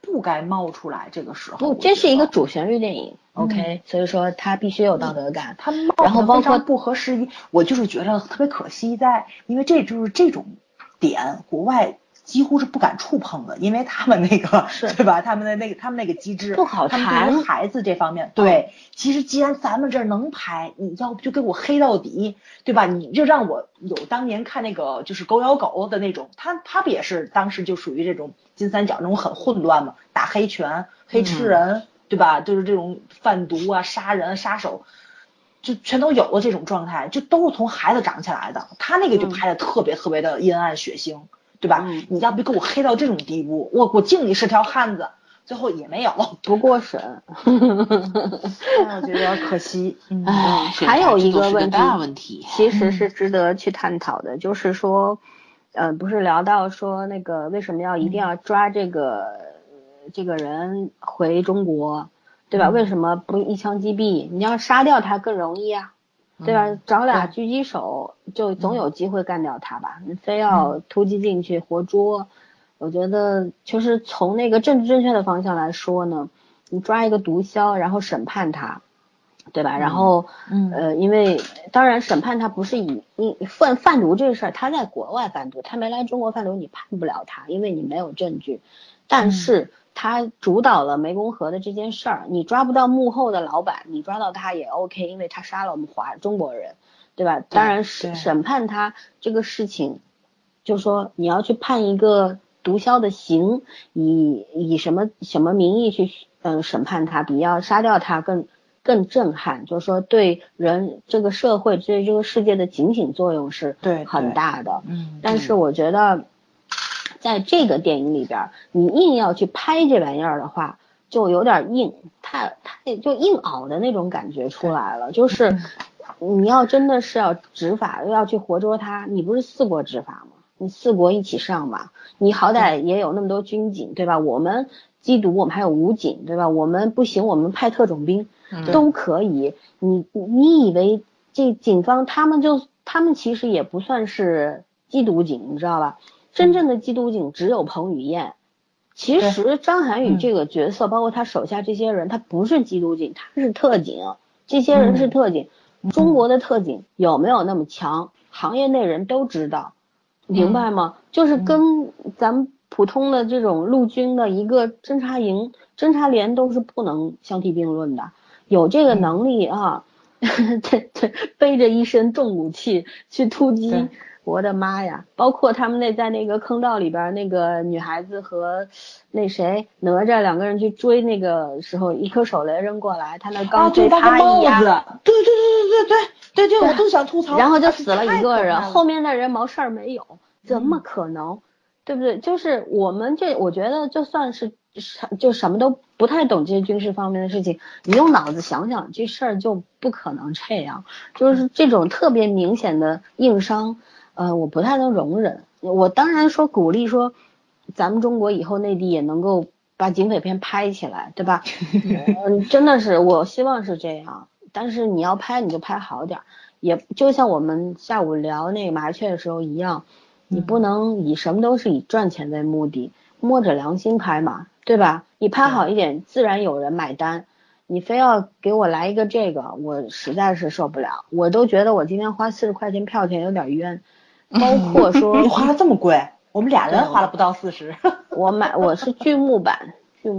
不该冒出来。这个时候， 不，这是一个主旋律电影，OK，所以说它必须有道德感。 它冒得非常不合时宜，我就是觉得特别可惜，因为这就是这种点，国外几乎是不敢触碰的，因为他们那个对吧？他们那个机制不好谈。 他们对于孩子这方面，对，其实既然咱们这儿能拍，你要不就给我黑到底，对吧？你就让我有当年看那个就是狗咬狗的那种，他不也是当时就属于这种金三角那种很混乱嘛，打黑拳、黑吃人，对吧？就是这种贩毒啊、杀人、杀手。就全都有了这种状态，就都是从孩子长起来的。他那个就拍的特别特别的阴暗血腥，对吧？你要不给我黑到这种地步，我敬你是条汉子，最后也没有不过审。 我觉得有点可惜。 还有一个问题，其实是值得去探讨的，就是说，不是聊到说那个为什么一定要抓这个人回中国？对吧？为什么不一枪击毙？你要杀掉他更容易啊，对吧？找俩狙击手就总有机会干掉他吧？你非要突击进去活捉，我觉得就是从那个政治正确的方向来说呢，你抓一个毒枭，然后审判他，对吧？然后因为当然审判他不是以贩毒这个事儿，他在国外贩毒，他没来中国贩毒，你判不了他，因为你没有证据，但是。他主导了湄公河的这件事儿，你抓不到幕后的老板，你抓到他也 OK， 因为他杀了我们中国人，对吧？当然审判他这个事情，就是说你要去判一个毒枭的刑，以什么名义去审判他，比要杀掉他更震撼，就是说对人这个社会对这个世界的警醒作用是很大的。但是我觉得。在这个电影里边，你硬要去拍这玩意儿的话，就有点硬，太就硬熬的那种感觉出来了。就是你要真的是要执法，要去活捉他，你不是4国执法吗？你4国一起上嘛，你好歹也有那么多军警，对吧？我们缉毒，我们还有武警，对吧？我们不行，我们派特种兵都可以。你以为这警方他们其实也不算是缉毒警，你知道吧？真正的缉毒警只有彭于晏，其实张涵予这个角色，包括他手下这些人，他不是缉毒警，他是特警，这些人是特警。中国的特警有没有那么强，行业内人都知道，明白吗？就是跟咱们普通的这种陆军的一个侦察营、侦察连都是不能相提并论的。有这个能力啊，背着一身重武器去突击。我的妈呀！包括他们在那个坑道里边，那个女孩子和那谁哪吒2个人去追那个时候，一颗手雷扔过来，他那钢盔啪一压， 对，我都想吐槽。 然后就死了一个人，后面的人毛事儿没有，怎么可能？对不对？就是我觉得就算是就什么都不太懂这些军事方面的事情，你用脑子想想，这事儿就不可能这样。就是这种特别明显的硬伤。我不太能容忍。我当然说鼓励说，咱们中国以后内地也能够把警匪片拍起来，对吧？真的是，我希望是这样。但是你要拍，你就拍好点，也就像我们下午聊那个麻雀的时候一样，你不能什么都是以赚钱为目的，摸着良心拍嘛，对吧？你拍好一点，自然有人买单。你非要给我来一个这个，我实在是受不了。我都觉得我今天花40块钱票钱有点冤。包括说你花了这么贵，我们俩人花了不到40。 我是剧目版。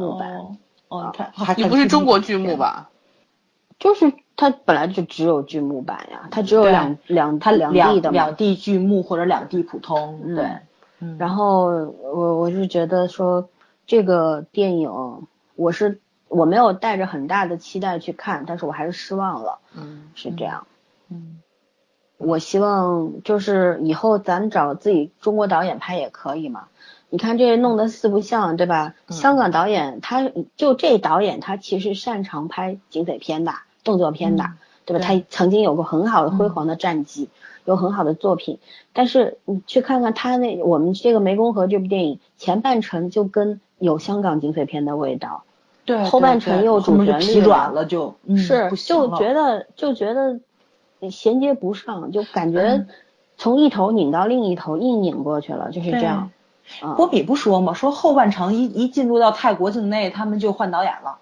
你不是中国剧目吧？ 就是它本来就只有剧目版呀，它只有两地的两地剧目或者两地普通。对， 然后我是觉得说这个电影我没有带着很大的期待去看，但是我还是失望了。是这样。我希望就是以后咱找自己中国导演拍也可以嘛。你看这弄得4不像，对吧？香港导演这导演他其实擅长拍警匪片的、动作片的，对吧？他曾经有过很好的辉煌的战绩，有很好的作品。但是你去看看他我们这个湄公河这部电影前半程就跟有香港警匪片的味道， 对， 后半程又主旋律疲软了，就觉得衔接不上，就感觉从一头拧到另一头，硬拧过去了，就是这样。 波比不说吗？说后半程一进入到泰国境内，他们就换导演了。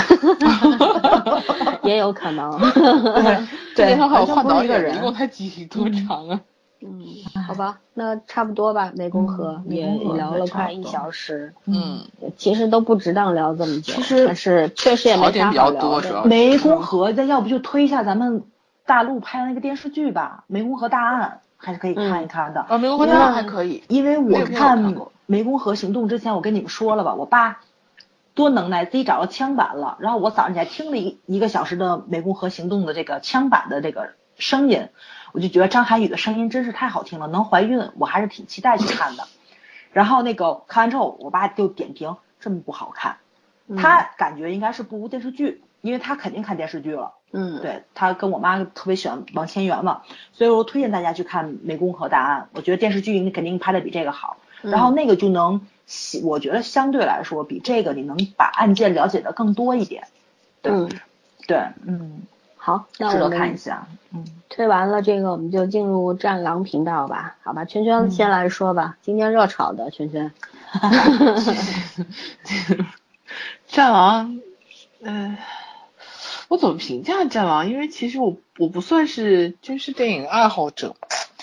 也有可能。 对，他还有换导演，一共才多长啊？ 好吧，那差不多吧。湄公河也聊了快1小时。其实都不值当聊这么久，但是确实也没啥好聊的。 湄公河，那要不就推一下咱们大陆拍的那个电视剧吧，《湄公河大案》还是可以看一看的。 湄公河大案还可以， 因为我看湄公河行动之前，我跟你们说了吧，我爸多能耐，自己找了枪版了，然后我早上起来听了一个小时的湄公河行动的这个枪版的这个声音，我就觉得张涵予的声音真是太好听了，能怀孕，我还是挺期待去看的。然后那个看完之后，我爸就点评这么不好看，他感觉应该是不如电视剧，因为他肯定看电视剧了。对，他跟我妈特别喜欢王千源嘛，所以我推荐大家去看湄公河大案，我觉得电视剧肯定拍的比这个好，然后那个就能，我觉得相对来说比这个你能把案件了解的更多一点。对， 好，那我们看一下。 推完了这个，我们就进入战狼频道吧，好吧？圈圈先来说吧，今天热炒的圈圈。 战狼，我怎么评价战狼？因为其实我不算是军事电影爱好者，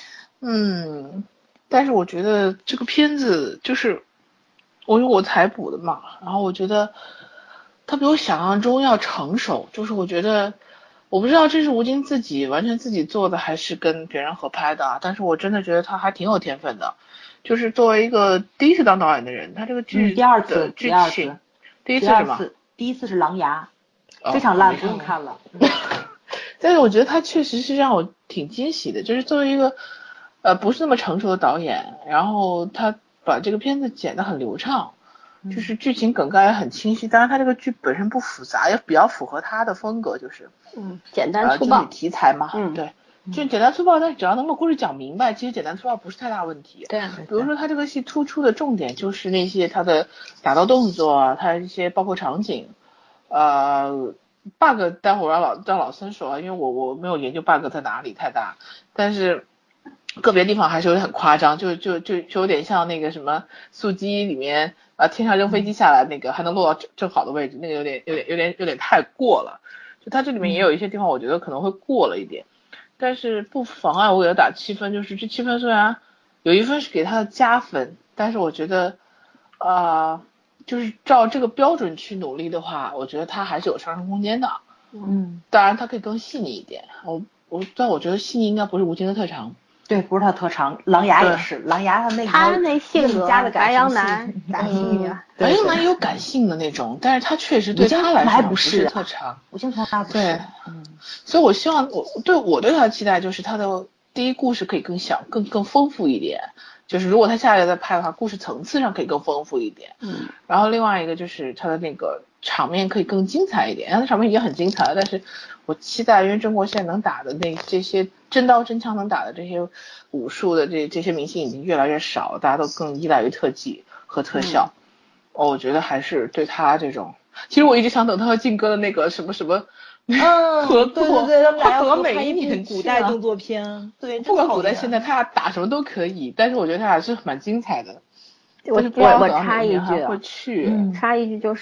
但是我觉得这个片子就是因为我采补的嘛，然后我觉得它比我想象中要成熟，就是我觉得我不知道这是吴京完全自己做的还是跟别人合拍的，但是我真的觉得他还挺有天分的，就是作为一个第一次当导演的人，他这个剧第二次剧情，第一次是吗？ 第一次是狼牙。非常烂，不用看了。 但是我觉得他确实是让我挺惊喜的，就是作为一个不是那么成熟的导演，然后他把这个片子剪得很流畅，就是剧情梗概也很清晰。当然他这个剧本身不复杂，也比较符合他的风格，就是简单粗暴就是题材嘛，对，就简单粗暴，但是只要能把故事讲明白，其实简单粗暴不是太大问题。 对， 比如说他这个戏突出的重点就是那些他的打斗动作，他一些包括场景。bug 待会儿让老森说，因为我没有研究 bug 在哪里太大，但是个别地方还是有点很夸张，就有点像那个什么速激里面天上扔飞机下来那个还能落到正好的位置，那个有点太过了。就它这里面也有一些地方我觉得可能会过了一点，但是不妨碍我给它打7分，就是这7分虽然有1分是给它的加分，但是我觉得就是照这个标准去努力的话，我觉得它还是有上升空间的。当然它可以更细腻一点。但我觉得细腻应该不是吴京的特长。 对，不是他特长。狼牙也是，狼牙他那性格加的白羊男感性啊，白羊男也有感性的那种，但是他确实对他来说不是特长。 吴京从来不是。 对，所以我希望我对他的期待就是他的第一故事可以更丰富一点。就是如果他下来再拍的话，故事层次上可以更丰富一点。然后另外一个就是他的那个场面可以更精彩一点，他的场面已经很精彩了，但是我期待，因为中国现在能打的这些真刀真枪能打的这些武术的这些明星已经越来越少，大家都更依赖于特技和特效。我觉得还是对他这种，其实我一直想等他和靖哥的那个什么合作， 对，他们俩要每一年古代动作片，对， 不管古代现代，他俩打什么都可以，但是我觉得他俩是蛮精彩的。 我插一句，插一句就是，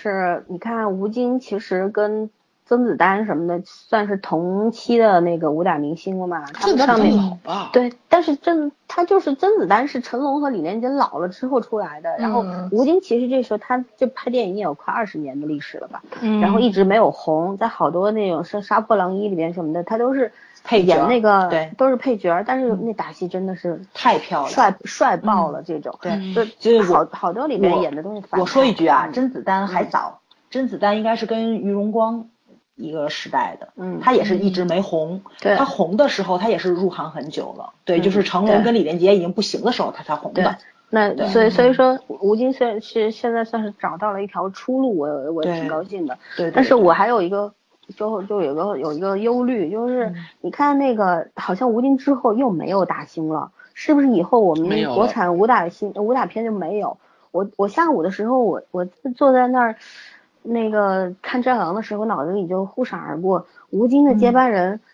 你看吴京其实跟甄子丹什么的算是同期的那个武打明星了嘛，他们上面对，但是他就是甄子丹是成龙和李连杰老了之后出来的，然后吴京其实这时候他就拍电影也有快20年的历史了吧，然后一直没有红，在好多那种是杀破狼1里边什么的，他都是演那个对， 都是配角，但是那打戏真的是太漂亮， 帅爆了这种， 对， 就是好多里面演的都是反派。 我说一句啊，甄子丹还早，甄子丹应该是跟于荣光一个时代的，他也是一直没红，他红的时候他也是入行很久了，对，就是成龙跟李连杰已经不行的时候他才红的。 那所以说吴京是现在算是找到了一条出路，我挺高兴的。 对， 但是我还有一个就有一个忧虑，就是你看那个好像吴京之后又没有打星了，是不是以后我们国产武打片就没有？我下午的时候我坐在那儿。那个看战狼的时候，脑子里就忽闪而过，吴京的接班人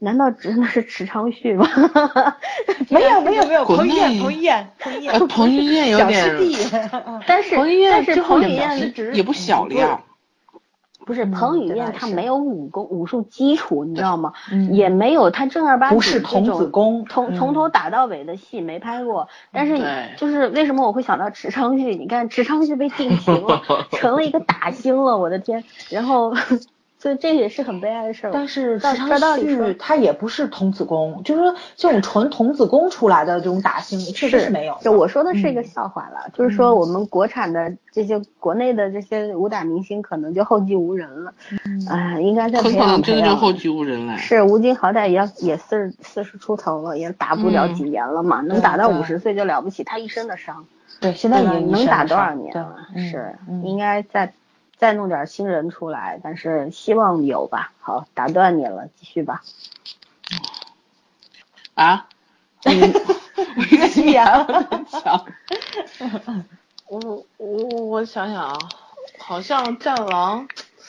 难道真的是池昌旭吗？ 没有，彭于晏有点小师弟，但是彭于晏也不小了呀。 不是彭于晏，他没有武术基础，你知道吗？也没有他正儿八经不是童子功， 从头打到尾的戏没拍过。但是就是为什么我会想到池昌旭？你看池昌旭被定型了，成了一个大星了，我的天！然后。所以这也是很悲哀的事儿。 但是池昌旭他也不是童子功，就是说这种纯童子功出来的这种打星确实是没有。 就我说的是一个笑话了，就是说我们国产的这些国内的这些武打明星可能就后继无人了。应该再培养。 很可能真的就后继无人了。 是吴京好歹也40出头了，也打不了几年了嘛，能打到50岁就了不起，他一身的伤。 对，现在已经能打多少年了？是应该再弄点新人出来，但是希望有吧。好，打断你了，继续吧。 啊？ 一个心眼很强。 我想想啊，好像战狼。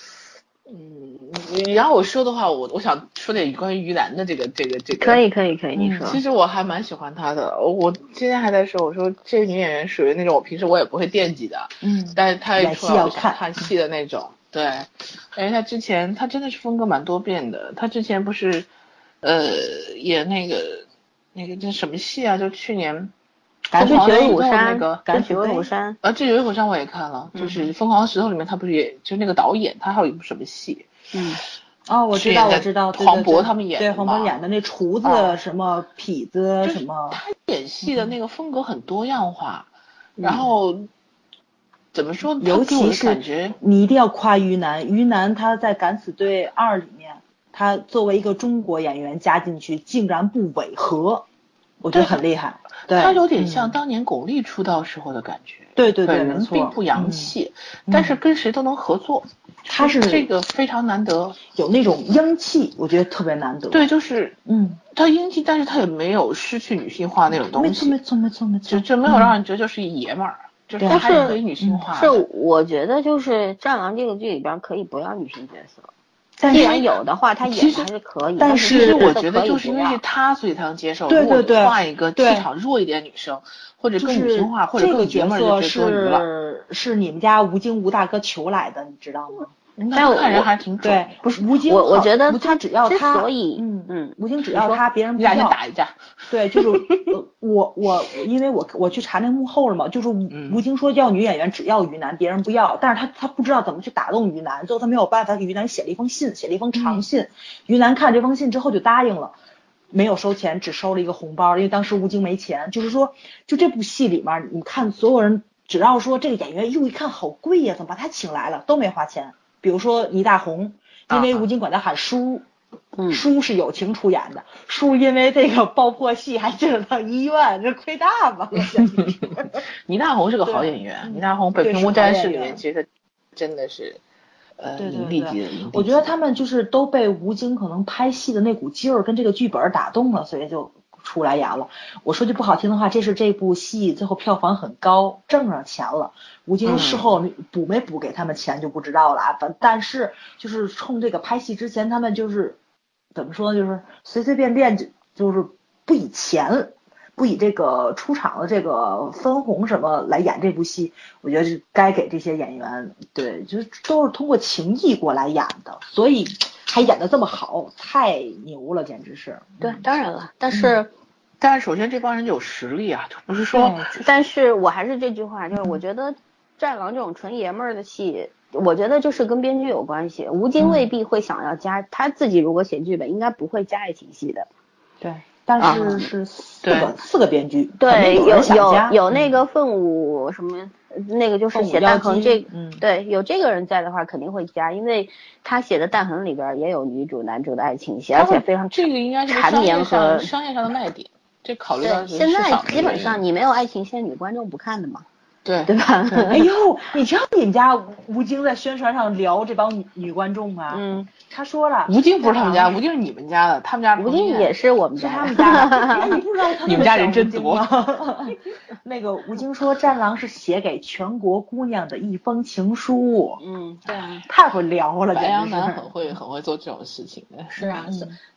你让我说的话，我想说点关于于南的这个。 可以，你说。 其实我还蛮喜欢她的，我今天还在说，我说这个女演员属于那种我平时我也不会惦记的，但是她一出来我想看戏的那种。对，因为她之前她真的是风格蛮多变的，她之前不是演那个叫什么戏啊？就去年。 赶去九虎山那个赶九虎山这九虎山我也看了，就是疯狂的石头里面他不是也就那个导演他还有一部什么戏我知道黄渤他们演的， 对黄渤演的那厨子什么痞子什么， 他演戏的那个风格很多样化，然后怎么说， 尤其是你一定要夸于南他在敢死队2里面他作为一个中国演员加进去竟然不违和，我觉得很厉害。对， 他有点像当年巩俐出道时候的感觉。 对，没错， 并不洋气，但是跟谁都能合作。 他是这个非常难得， 有那种英气，我觉得特别难得。 对，就是他英气，但是他也没有失去女性化那种东西。 没错， 就没有让人觉得就是一爷们儿，就是他也可以女性化。 是我觉得就是《战狼》这个剧里边可以不要女性角色。既然有的话，他演还是可以。 但是我觉得就是因为是他，所以才能接受。 对， 换一个气场弱一点的女生，或者更女性化，或者更爷们儿， 是你们家吴京吴大哥求来的，你知道吗？ 但我看人还挺准。 不是吴京， 我觉得他只要他， 所以吴京只要他，别人不要。 你俩先打一架。 对，就是因为我去查那幕后了嘛，就是吴京说要女演员只要于南，别人不要，但是他不知道怎么去打动于南，最后他没有办法给于南写了一封长信，于南看这封信之后就答应了，没有收钱，只收了一个红包，因为当时吴京没钱。就是说，就这部戏里面，你看所有人只要说这个演员一看好贵呀，怎么把他请来了，都没花钱。比如说倪大红，因为吴京管他喊叔。叔是友情出演的，叔因为这个爆破戏还进了趟医院，这亏大发了。 倪大红是个好演员，倪大红《北平无战事》里面其实真的是影帝级的。 我觉得他们就是都被吴京可能拍戏的那股劲儿跟这个剧本打动了，所以就出来演了。我说句不好听的话，这是这部戏最后票房很高，挣上钱了。吴京事后补没补给他们钱就不知道了，但是就是冲这个拍戏之前，他们就是怎么说呢，就是随随便便就是不以钱，不以这个出场的这个分红什么来演这部戏，我觉得是该给这些演员，对，就是都是通过情谊过来演的，所以还演得这么好，太牛了，简直是。 对，当然了，但是首先这帮人有实力啊，就不是说， 但是我还是这句话，就是我觉得战狼这种纯爷们儿的戏，我觉得就是跟编剧有关系。吴京未必会想要加，他自己如果写剧本，应该不会加爱情戏的。 对，但是是四个编剧， 对，有那个奋武什么，那个就是写弹痕这，对，有这个人在的话肯定会加，因为他写的弹痕里边也有女主男主的爱情戏，而且非常这个应该是缠绵和商业上的卖点。这考虑到现在基本上你没有爱情线，女观众不看的嘛。 对吧？ 哎呦，你知道你们家吴京在宣传上聊这帮女观众吗？他说了， 吴京不是他们家，吴京是你们家的，他们家吴京也是我们家， 是他们家的。你不知道你们家人真多。 那个吴京说，《战狼》是写给全国姑娘的一封情书。 对啊， 太会聊了， 白羊男很会做这种事情的。 是啊，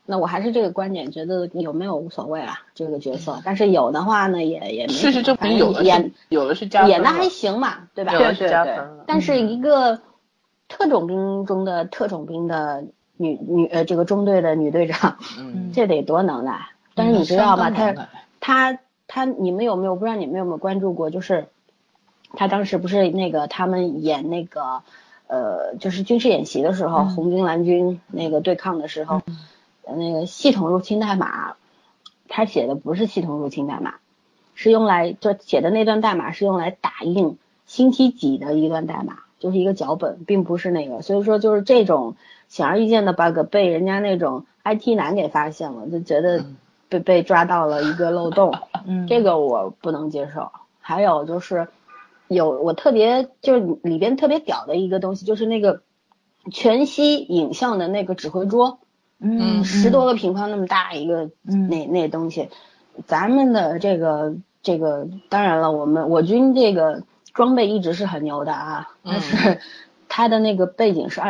那我还是这个观点，觉得有没有无所谓啦，这个角色。但是有的话呢，也没事实证明有的是加分， 演的还行嘛，对吧？ 对对对。 但是一个特种兵中的特种兵的这个中队的女队长，这得多能耐。但是你知道吗？他你们有没有不知道你们有没有关注过？就是他当时不是那个他们演那个就是军事演习的时候，红军蓝军那个对抗的时候。那个系统入侵代码，他写的不是系统入侵代码，是用来就写的那段代码是用来打印星期几的一段代码，就是一个脚本，并不是那个。所以说就是这种显而易见的 bug 被人家那种 IT 男给发现了，就觉得被抓到了一个漏洞，这个我不能接受。还有就是我特别就是里边特别屌的一个东西，就是那个全息影像的那个指挥桌。10多个平方那么大一个那东西，咱们的这个当然了，我军这个装备一直是很牛的啊，但是它的那个背景是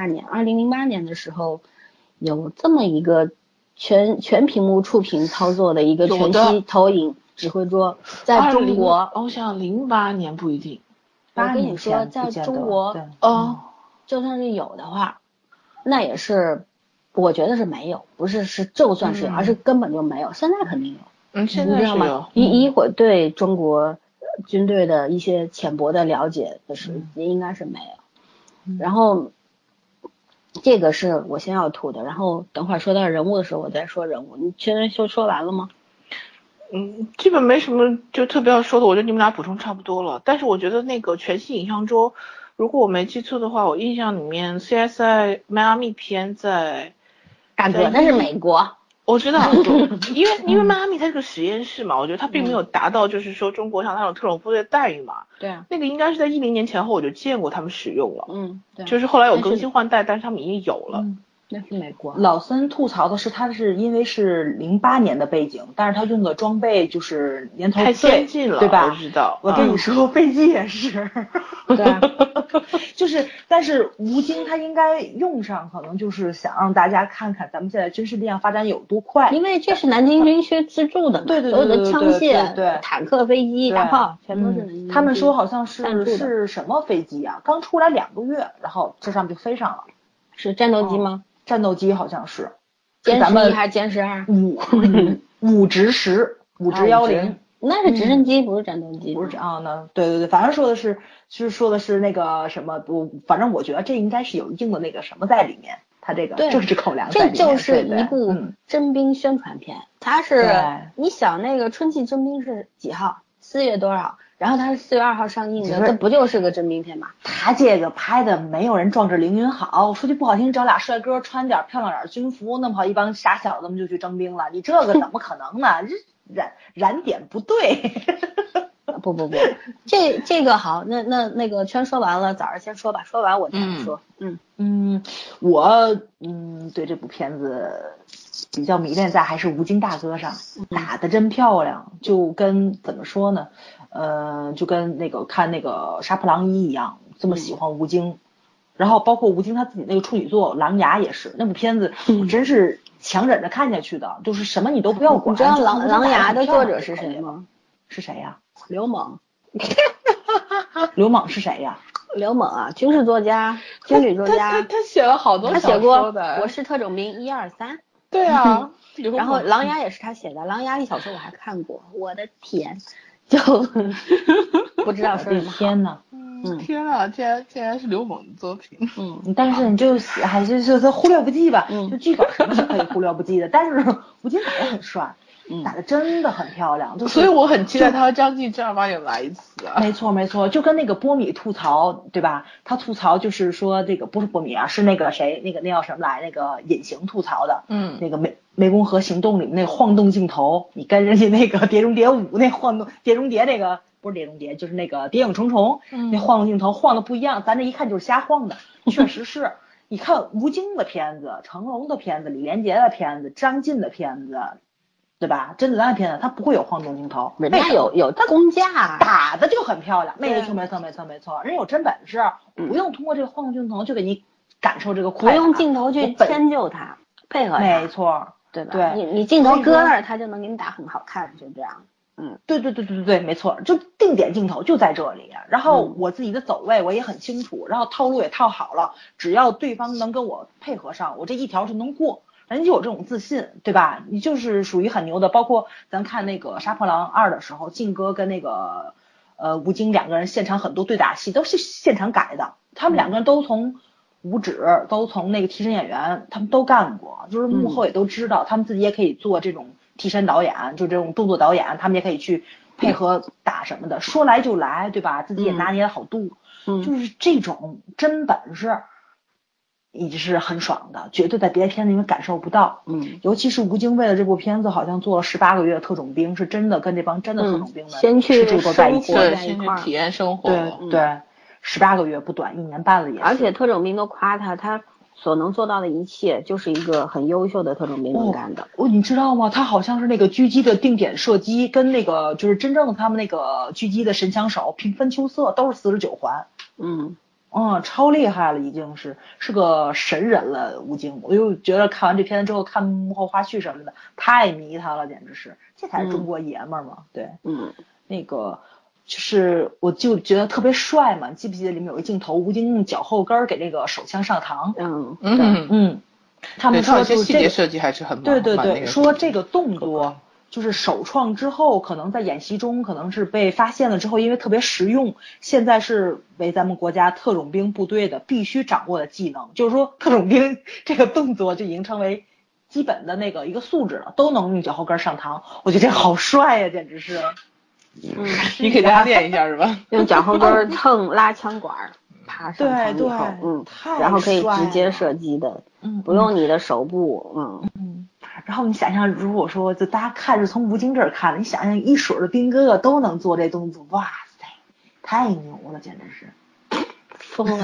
2008年的时候有这么一个全屏幕触屏操作的一个全息投影指挥桌，在中国我想08年不一定， 我跟你说在中国就算是有的话，那也是。我觉得是没有，不是就算是有，而是根本就没有。现在肯定有， 现在是有。 一会儿对中国军队的一些浅薄的了解的是，应该是没有。然后这个是我先要吐的，然后等会儿说到人物的时候，我再说人物。你现在就说完了吗？ 基本没什么就特别要说的，我觉得你们俩补充差不多了。但是我觉得那个全息影像桌，如果我没记错的话，我印象里面 CSI 迈阿密篇在。 大哥，那是美国， 我知道，因为迈阿密它是个实验室嘛，我觉得它并没有达到就是说中国像那种特种部队的待遇嘛。 对啊， 那个应该是在10年前后我就见过他们使用了。 对， 就是后来有更新换代，但是他们已经有了。 那是美国。 老森吐槽的是，他是因为是08年的背景，但是他用的装备就是年头太先进了， 对吧？ 我知道。 我跟你说，飞机也是。对，就是，但是吴京他应该用上，可能就是想让大家看看咱们现在军事力量发展有多快。 因为这是南京军区资助的嘛， 对， 所有的枪械、坦克、飞机、大炮全都是南京军区。 他们说好像是什么飞机啊？刚出来2个月，然后这上面就飞上了。 是战斗机吗？ 战斗机好像是。 歼11还是歼12？5 直10，5直10。 那是直升机，不是战斗机。 不是那对，反正说的是那个什么，反正我觉得这应该是有一定的那个什么在里面，它这个政治口粮在里面。 这就是一部征兵宣传片，它是你想那个春季征兵是几号？4月多少？然后它是4月2号上映的，这不就是个征兵片吗？ 他这个拍的没有人壮志凌云好，说句不好听，找俩帅哥穿点漂亮点军服，弄不好一帮傻小子们就去征兵了，你这个怎么可能呢？燃点不对。 不，这个好，那个全说完了，早上先说吧，说完我再说。 我对这部片子比较迷恋在还是吴京大哥上，打得真漂亮，就跟怎么说呢，就跟那个看那个《杀破狼1》一样，这么喜欢吴京。然后包括吴京他自己那个处女作《狼牙》也是，那部片子我真是强忍着看下去的，就是什么你都不要管。 你知道狼牙的作者是谁吗？ 是谁呀？ 刘猛。 刘猛是谁呀？ 刘猛啊，军事作家、军旅作家。 他写了好多小说的。 他写过《我是特种兵1、2、3》。 对啊。 然后《狼牙》也是他写的，《狼牙》一小说我还看过，我的天，就不知道说什么。 天哪！ 天啊，竟然是刘猛的作品。 但是你就还是忽略不计吧。就剧本什么是可以忽略不计的，但是吴京打得很帅。打得真的很漂亮， 所以我很期待他和张晋正儿八经来一次啊。 没错，就跟那个波米吐槽，对吧？他吐槽就是说这个不是波米啊，是那个谁，那叫什么来？那个隐形吐槽的，那个湄公河行动里面那个晃动镜头，你跟人家那个碟中谍5那晃动，碟中谍那个不是碟中谍，就是那个谍影重重，那晃动镜头晃的不一样，咱这一看就是瞎晃的，确实是。你看吴京的片子、成龙的片子、李连杰的片子、张晋的片子。对吧？甄子丹的片子他不会有晃动镜头， 人家有功架， 打的就很漂亮。没错，人有真本事，不用通过这个晃动镜头就给你感受这个快感， 不用镜头去迁就它。 配合， 没错， 对吧？ 对， 你镜头搁那儿，他就能给你打很好看，就这样。 对，没错，就定点镜头就在这里。然后我自己的走位我也很清楚，然后套路也套好了，只要对方能跟我配合上，我这一条就能过。人就有这种自信，对吧？你就是属于很牛的。包括咱看那个《杀破狼2》的时候，靖哥跟那个吴京两个人现场很多对打戏都是现场改的，他们两个人都从武指，都从那个替身演员，他们都干过，就是幕后也都知道，他们自己也可以做这种替身导演，就这种动作导演，他们也可以去配合打什么的，说来就来，对吧？自己也拿捏好度，就是这种真本事也是很爽的，绝对在别的片子里面感受不到。尤其是吴京为了这部片子，好像做了18个月的特种兵，是真的跟这帮真的特种兵们先去吃住都在一起， 先去体验生活。 对，18个月不短，1年半了也是。 而且特种兵都夸他所能做到的一切，就是一个很优秀的特种兵能干的。 你知道吗？他好像是那个狙击的定点射击，跟那个就是真正的他们那个狙击的神枪手平分秋色，都是49环。超厉害了，已经是个神人了。吴京，我就觉得看完这片子之后，看幕后花絮什么的，太迷他了，简直是，这才是中国爷们儿嘛。对，那个就是我就觉得特别帅嘛。记不记得里面有一镜头，吴京用脚后跟给这个手枪上膛？他们说细节设计还是很棒。 对，说这个动作。就是首创之后，可能在演习中可能是被发现了之后，因为特别实用，现在是为咱们国家特种兵部队的必须掌握的技能。就是说，特种兵这个动作就已经成为基本的那个一个素质了，都能用脚后跟上膛。我觉得这好帅呀，简直是。 你给大家练一下是吧？ 用脚后跟蹭拉枪管，爬上膛以后，然后可以直接射击的，不用你的手部， 然后你想象，如果说就大家看是从吴京这儿看的，你想象一水的兵哥哥都能做这动作，哇塞，太牛了，简直是疯了！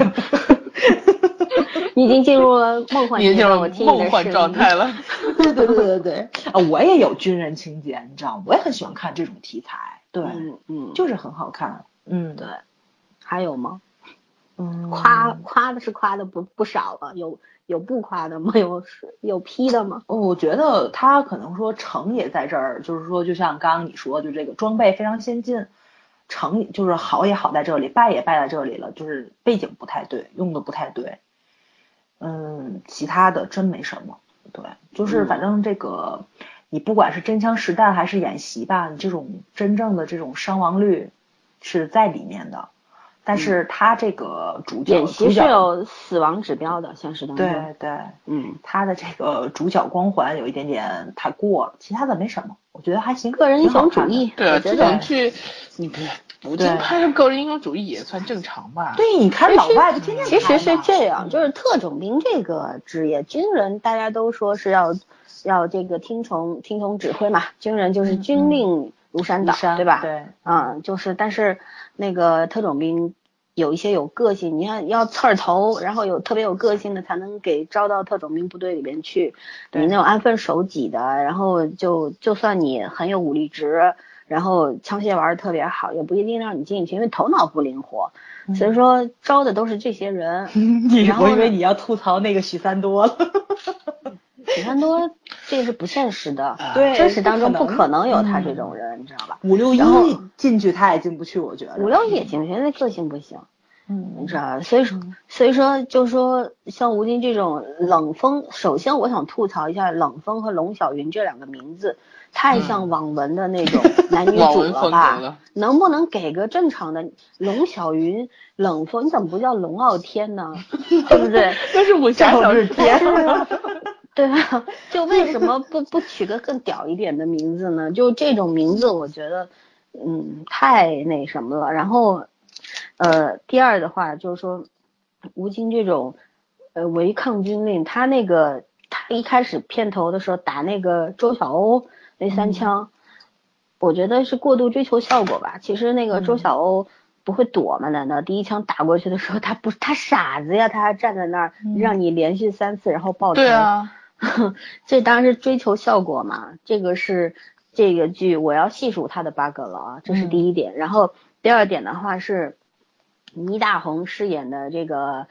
你已经进入了梦幻阶段，我听你的梦幻状态了。 对我也有军人情节，你知道吗？我也很喜欢看这种题材，对，就是很好看， 对。还有吗？夸的是夸的不少了，有不夸的吗？有批的吗？ 我觉得他可能说成也在这儿，就是说就像刚刚你说，就这个装备非常先进，成就是好也好在这里，败也败在这里了，就是背景不太对，用的不太对。其他的真没什么。对，就是反正这个你不管是真枪实弹还是演习吧，你这种真正的这种伤亡率是在里面的。但是他这个演习是有死亡指标的，现实当中。 对，他的这个主角光环有一点点太过了，其他的没什么，我觉得还行。 个人英雄主义， 对，这种剧你别吴京拍的个人英雄主义也算正常吧？ 对，你看老外就天天其实是这样，就是特种兵这个职业，军人大家都说是要这个听从指挥嘛，军人就是军令如山倒，对吧？ 对， 就是但是那个特种兵有一些有个性，你看要刺儿头，然后特别有个性的才能给招到特种兵部队里边去。你那种安分守己的，然后就算你很有武力值，然后枪械玩的特别好，也不一定让你进去，因为头脑不灵活。所以说招的都是这些人。 我以为你要吐槽那个许三多了。 许三多这是不现实的， 对， 真实当中不可能有他这种人，你知道吧 ？561进去他也进不去，我觉得。 561也进不去，那个性不行。你知道，所以说就是说，像吴京这种冷锋，首先我想吐槽一下冷锋和龙小云这两个名字，太像网文的那种男女主了吧？能不能给个正常的龙小云、冷锋？你怎么不叫龙傲天呢？对不对？ 那是武侠小说天。 对吧？就为什么不取个更屌一点的名字呢？就这种名字，我觉得，太那什么了。然后，第二的话就是说，吴京这种，违抗军令，他一开始片头的时候打那个周晓鸥那3枪，我觉得是过度追求效果吧。其实那个周晓鸥不会躲吗？难道第一枪打过去的时候，他傻子呀？他还站在那儿让你连续3次，然后爆头。 对啊。 这当然是追求效果嘛，这个是这个剧我要细数它的 bug 了啊，这是第一点。然后第二点的话是倪大红饰演的这个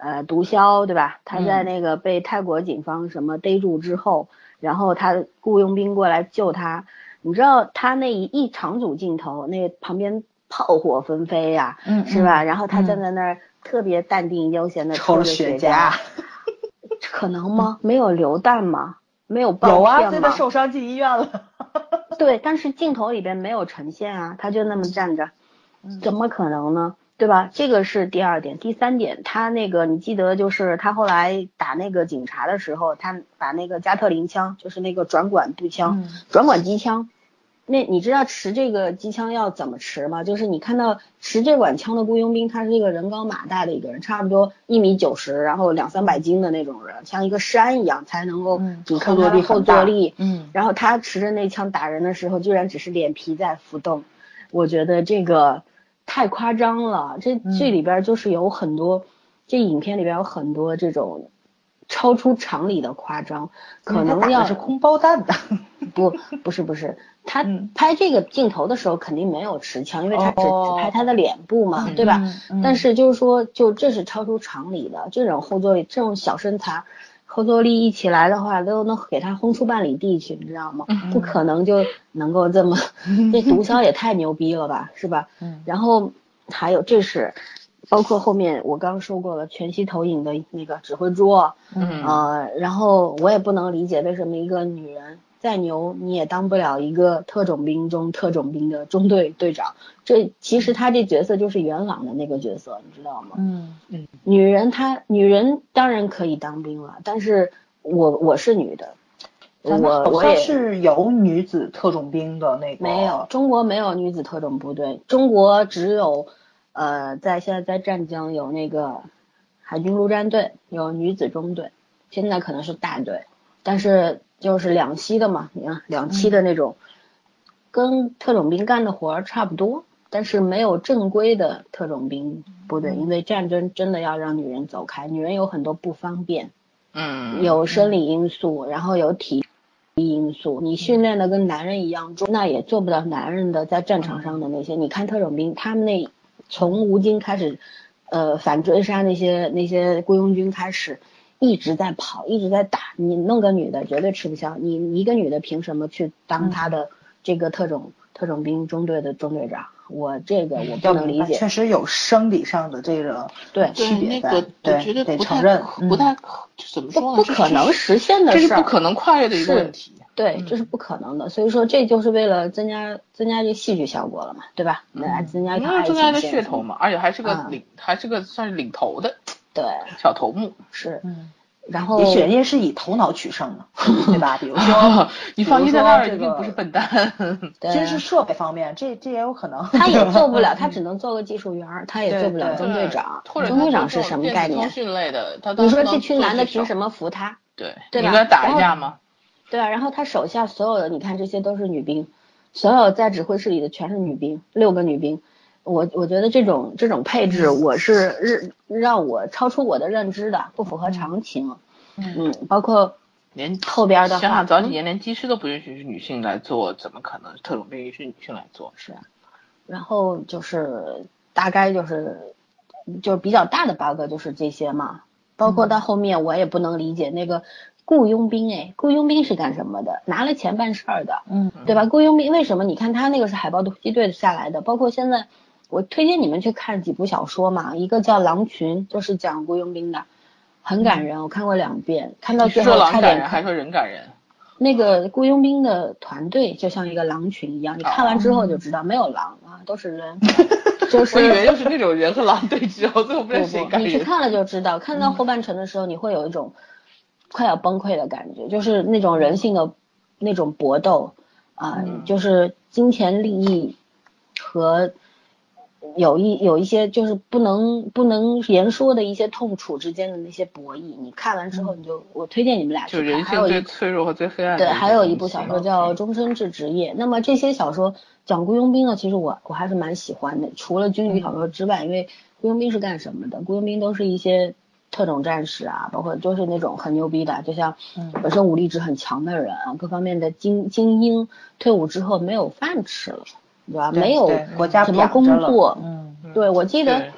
毒枭对吧？他在那个被泰国警方什么逮住之后，然后他雇佣兵过来救他，你知道他那一长组镜头，那旁边炮火纷飞呀，是吧？然后他站在那儿特别淡定悠闲的抽着雪茄，可能吗？没有流弹吗？没有爆片吗？ 有啊，对他受伤进医院了。 对，但是镜头里边没有呈现啊，他就那么站着，怎么可能呢？对吧？这个是第二点。第三点，他那个你记得就是他后来打那个警察的时候，他把那个加特林枪，就是那个转管步枪、转管机枪，那你知道持这个机枪要怎么持吗？就是你看到持这管枪的雇佣兵，他是一个人高马大的一个人，差不多1.90米，然后200-300斤的那种人，像一个山一样才能够抵抗他的后坐力。然后他持着那枪打人的时候，居然只是脸皮在浮动，我觉得这个太夸张了。这里边就是有很多，这影片里边有很多这种超出常理的夸张，可能要是空包弹的。 不是，他拍这个镜头的时候肯定没有持枪，因为他只拍他的脸部嘛，对吧？但是就是说，就这是超出常理的，这种后坐力，这种小身材，后坐力一起来的话，都能给他轰出半里地去，你知道吗？不可能就能够这么，这毒枭也太牛逼了吧，是吧？然后还有这是。包括后面我刚说过了，全息投影的那个指挥桌，然后我也不能理解为什么一个女人再牛，你也当不了一个特种兵中特种兵的中队队长。这其实他这角色就是元朗的那个角色，你知道吗？女人当然可以当兵了，但是我是女的，我也是有女子特种兵的那个， 没有，中国没有女子特种部队，中国只有。现在在湛江有那个海军陆战队，有女子中队，现在可能是大队，但是就是两栖的嘛，你看两栖的那种，跟特种兵干的活差不多，但是没有正规的特种兵部队，因为战争真的要让女人走开，女人有很多不方便，有生理因素，然后有体力因素，你训练的跟男人一样重，那也做不了男人的在战场上的那些，你看特种兵他们那。从吴京开始，反追杀那些雇佣军开始，一直在跑，一直在打。你弄个女的绝对吃不消，你一个女的凭什么去当他的这个特种兵中队的中队长？我不能理解。 确实有生理上的这个区别在， 我觉得得承认， 不太怎么说呢？ 不可能实现的事， 这是不可能跨越的一个问题。 对，这是不可能的，所以说这就是为了增加这戏剧效果了嘛，对吧？来增加一个噱头嘛，而且还是个算是领头的， 对， 小头目是，然后也许人家是以头脑取胜的，对吧？比如说你放心，在那儿一定不是笨蛋， 军事设备方面，这也有可能， 他也做不了，他只能做个技术员，他也做不了中队长，中队长是什么概念？ 通讯类的， 你说这群男的凭什么服他？ 对吧？ 你跟他打一架吗？ 对啊，然后他手下所有的，你看这些都是女兵，所有在指挥室里的全是女兵，6个女兵。我觉得这种配置，我是让我超出我的认知的，不符合常情。包括连后边的话， 想想早几年连机师都不允许是女性来做，怎么可能特种兵允许女性来做？ 是啊，然后就是大概就是比较大的 bug 就是这些嘛，包括到后面我也不能理解那个。雇佣兵雇佣兵是干什么的？拿了钱办事儿的，对吧？雇佣兵为什么？你看他那个是海豹突击队下来的，包括现在我推荐你们去看几部小说嘛，一个叫《狼群》，就是讲雇佣兵的，很感人，我看过2遍，看到最后差点还说人感人。 那个雇佣兵的团队就像一个狼群一样，你看完之后就知道没有狼啊，都是人。就是我以为就是那种人和狼对峙，我最后不知道谁感人。 你去看了就知道，看到后半程的时候，你会有一种快要崩溃的感觉，就是那种人性的那种搏斗就是金钱利益和有一些就是不能言说的一些痛楚之间的那些博弈。你看完之后，我推荐你们俩去看。 就人性最脆弱和最黑暗的。 对，还有一部小说叫《终身制职业》。那么这些小说讲雇佣兵呢，其实我还是蛮喜欢的。除了军旅小说之外，因为雇佣兵是干什么的？雇佣兵都是一些特种战士啊，包括就是那种很牛逼的，就像本身武力值很强的人啊，各方面的精英，退伍之后没有饭吃了，对吧？没有什么工作。对，我记得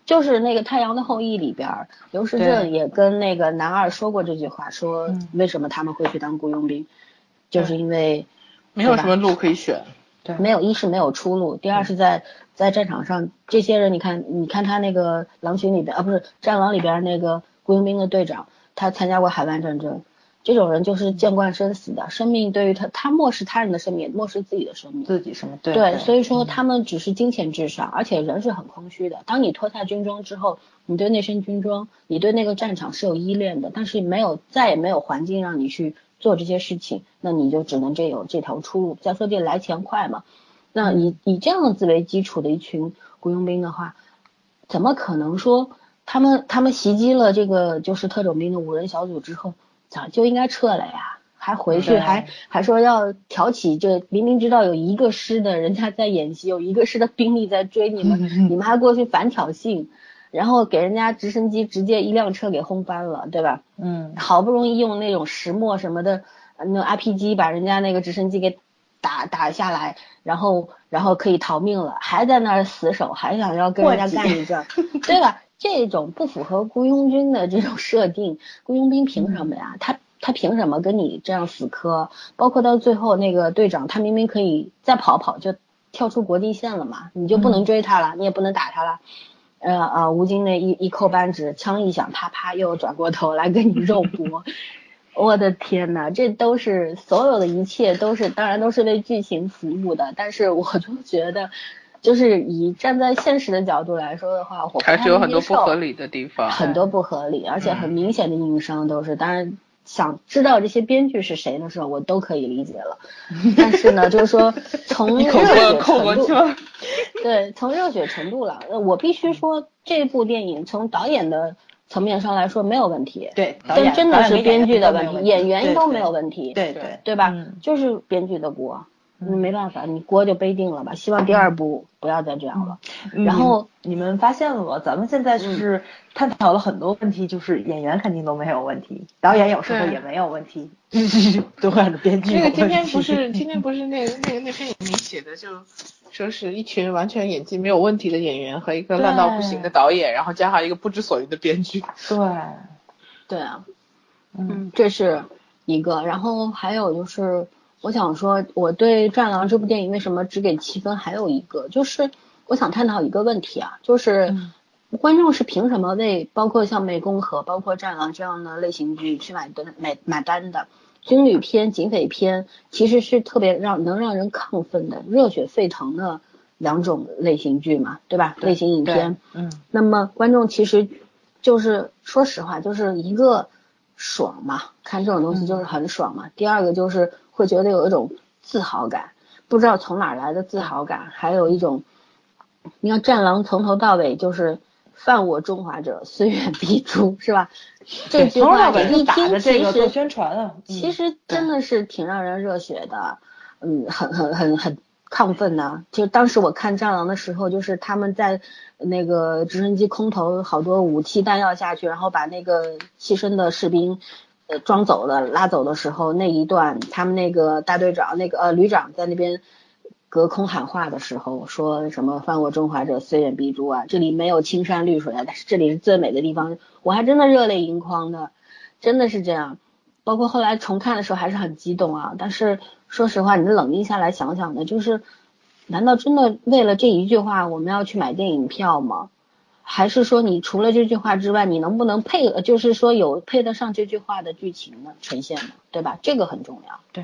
就是那个《太阳的后裔》里边，刘时正也跟那个男二说过这句话，说为什么他们会去当雇佣兵，就是因为没有什么路可以选， 对，没有，一是没有出路，第二是在战场上这些人，你看他那个狼群里边不是战狼里边那个雇佣兵的队长，他参加过海湾战争。这种人就是见惯生死的，生命对于他漠视他人的生命，也漠视自己的生命。 自己生命， 对，所以说他们只是金钱至上，而且人是很空虚的。当你脱下军装之后，你对那身军装，你对那个战场是有依恋的，但是再也没有环境让你去做这些事情，那你就只能有这条出路。再说这来钱快嘛，那以这样子为基础的一群雇佣兵的话，怎么可能说他们袭击了这个就是特种兵的5人小组之后？早就应该撤了呀，还回去还说要挑起，这明明知道有一个师的人家在演习，有一个师的兵力在追你们，你们还过去反挑衅，然后给人家直升机直接一辆车给轰翻了，对吧？好不容易用那种石墨什么的那种 RPG 把人家那个直升机给打下来，然后可以逃命了，还在那儿死守，还想要跟人家干一仗，对吧？这种不符合雇佣军的这种设定，雇佣兵凭什么呀？他凭什么跟你这样死磕？包括到最后那个队长，他明明可以再跑就跳出国境线了嘛，你就不能追他了，你也不能打他了。吴京那一扣扳指，枪一响，啪又转过头来跟你肉搏。我的天哪，这都是所有的一切当然都是为剧情服务的，但是我就觉得。就是以站在现实的角度来说的话，我还是有很多不合理的地方， 很多不合理，而且很明显的硬伤都是。当然，想知道这些编剧是谁的时候，我都可以理解了。但是呢，就是说从热血程度，对，从热血程度了，我必须说这部电影从导演的层面上来说没有问题， 对， 但真的是编剧的问题，演员都没有问题， 对吧？就是编剧的锅。没办法，你锅就背定了吧。希望第2部不要再这样了。然后你们发现了吗？咱们现在就是探讨了很多问题，就是演员肯定都没有问题，导演有时候也没有问题，都按照编剧有问题。 今天不是那篇影评写的，就说是一群完全演技没有问题的演员和一个烂到不行的导演，然后加上一个不知所云的编剧。 对啊，这是一个。然后还有就是。我想说，我对《战狼》这部电影为什么只给7分，还有一个就是我想探讨一个问题啊，就是观众是凭什么为包括像《湄公河》、包括《战狼》这样的类型剧去买单的？军旅片、警匪片其实是特别能让人亢奋的、热血沸腾的2种类型剧嘛，对吧？类型影片。那么观众其实就是说实话，就是一个爽嘛，看这种东西就是很爽嘛。第二个就是会觉得有一种自豪感，不知道从哪来的自豪感，还有一种，你看《战狼》从头到尾就是犯我中华者，虽远必诛，是吧？这句话一听其实做宣传啊， 其实真的是挺让人热血的，很亢奋的。就当时我看《战狼》的时候，就是他们在那个直升机空投好多武器弹药下去，然后把那个牺牲的士兵装走了拉走的时候，那一段他们那个大队长那个旅长在那边隔空喊话的时候，说什么犯我中华者虽远必诛啊，这里没有青山绿水啊，但是这里是最美的地方，我还真的热泪盈眶的，真的是这样。包括后来重看的时候还是很激动啊，但是说实话你冷静下来想想的，就是难道真的为了这一句话我们要去买电影票吗？还是说你除了这句话之外，你能不能就是说有配得上这句话的剧情呢呈现呢，对吧？这个很重要。 对，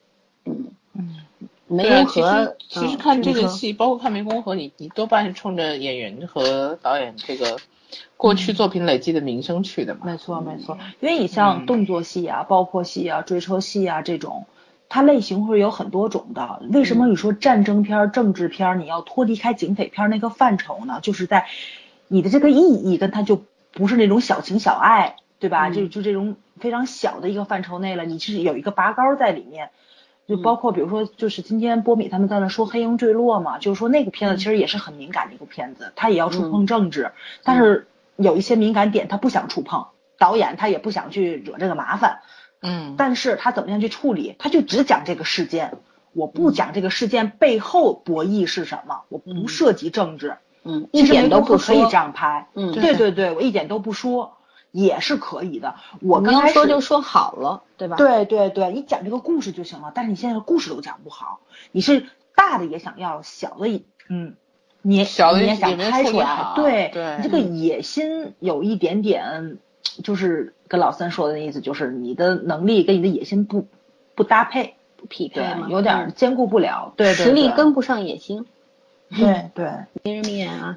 湄公河其实看这个戏，包括看湄公河，你多半是冲着演员和导演这个过去作品累积的名声去的嘛。 没错，因为你像动作戏啊、爆破戏啊、追车戏啊这种，它类型会有很多种的。为什么你说战争片、政治片你要脱离开警匪片那个范畴呢？就是在你的这个意义跟它就不是那种小情小爱，对吧？就这种非常小的一个范畴内了，你是有一个拔高在里面。就包括比如说，就是今天波米他们在那说《黑鹰坠落》嘛，就是说那个片子其实也是很敏感的一个片子，它也要触碰政治，但是有一些敏感点他不想触碰，导演他也不想去惹这个麻烦，但是他怎么样去处理，他就只讲这个事件，我不讲这个事件背后博弈是什么，我不涉及政治， 一点都不可以这样拍，对，我一点都不说也是可以的。我刚开始你要说就说好了，对吧？ 对，你讲这个故事就行了，但是你现在故事都讲不好，你是大的也想要，小的你也想拍出来，对，你这个野心有一点点，就是跟老三说的那意思，就是你的能力跟你的野心不搭配， 不匹配嘛， 有点兼顾不了，对， 实力跟不上野心， 对， 名人名言啊，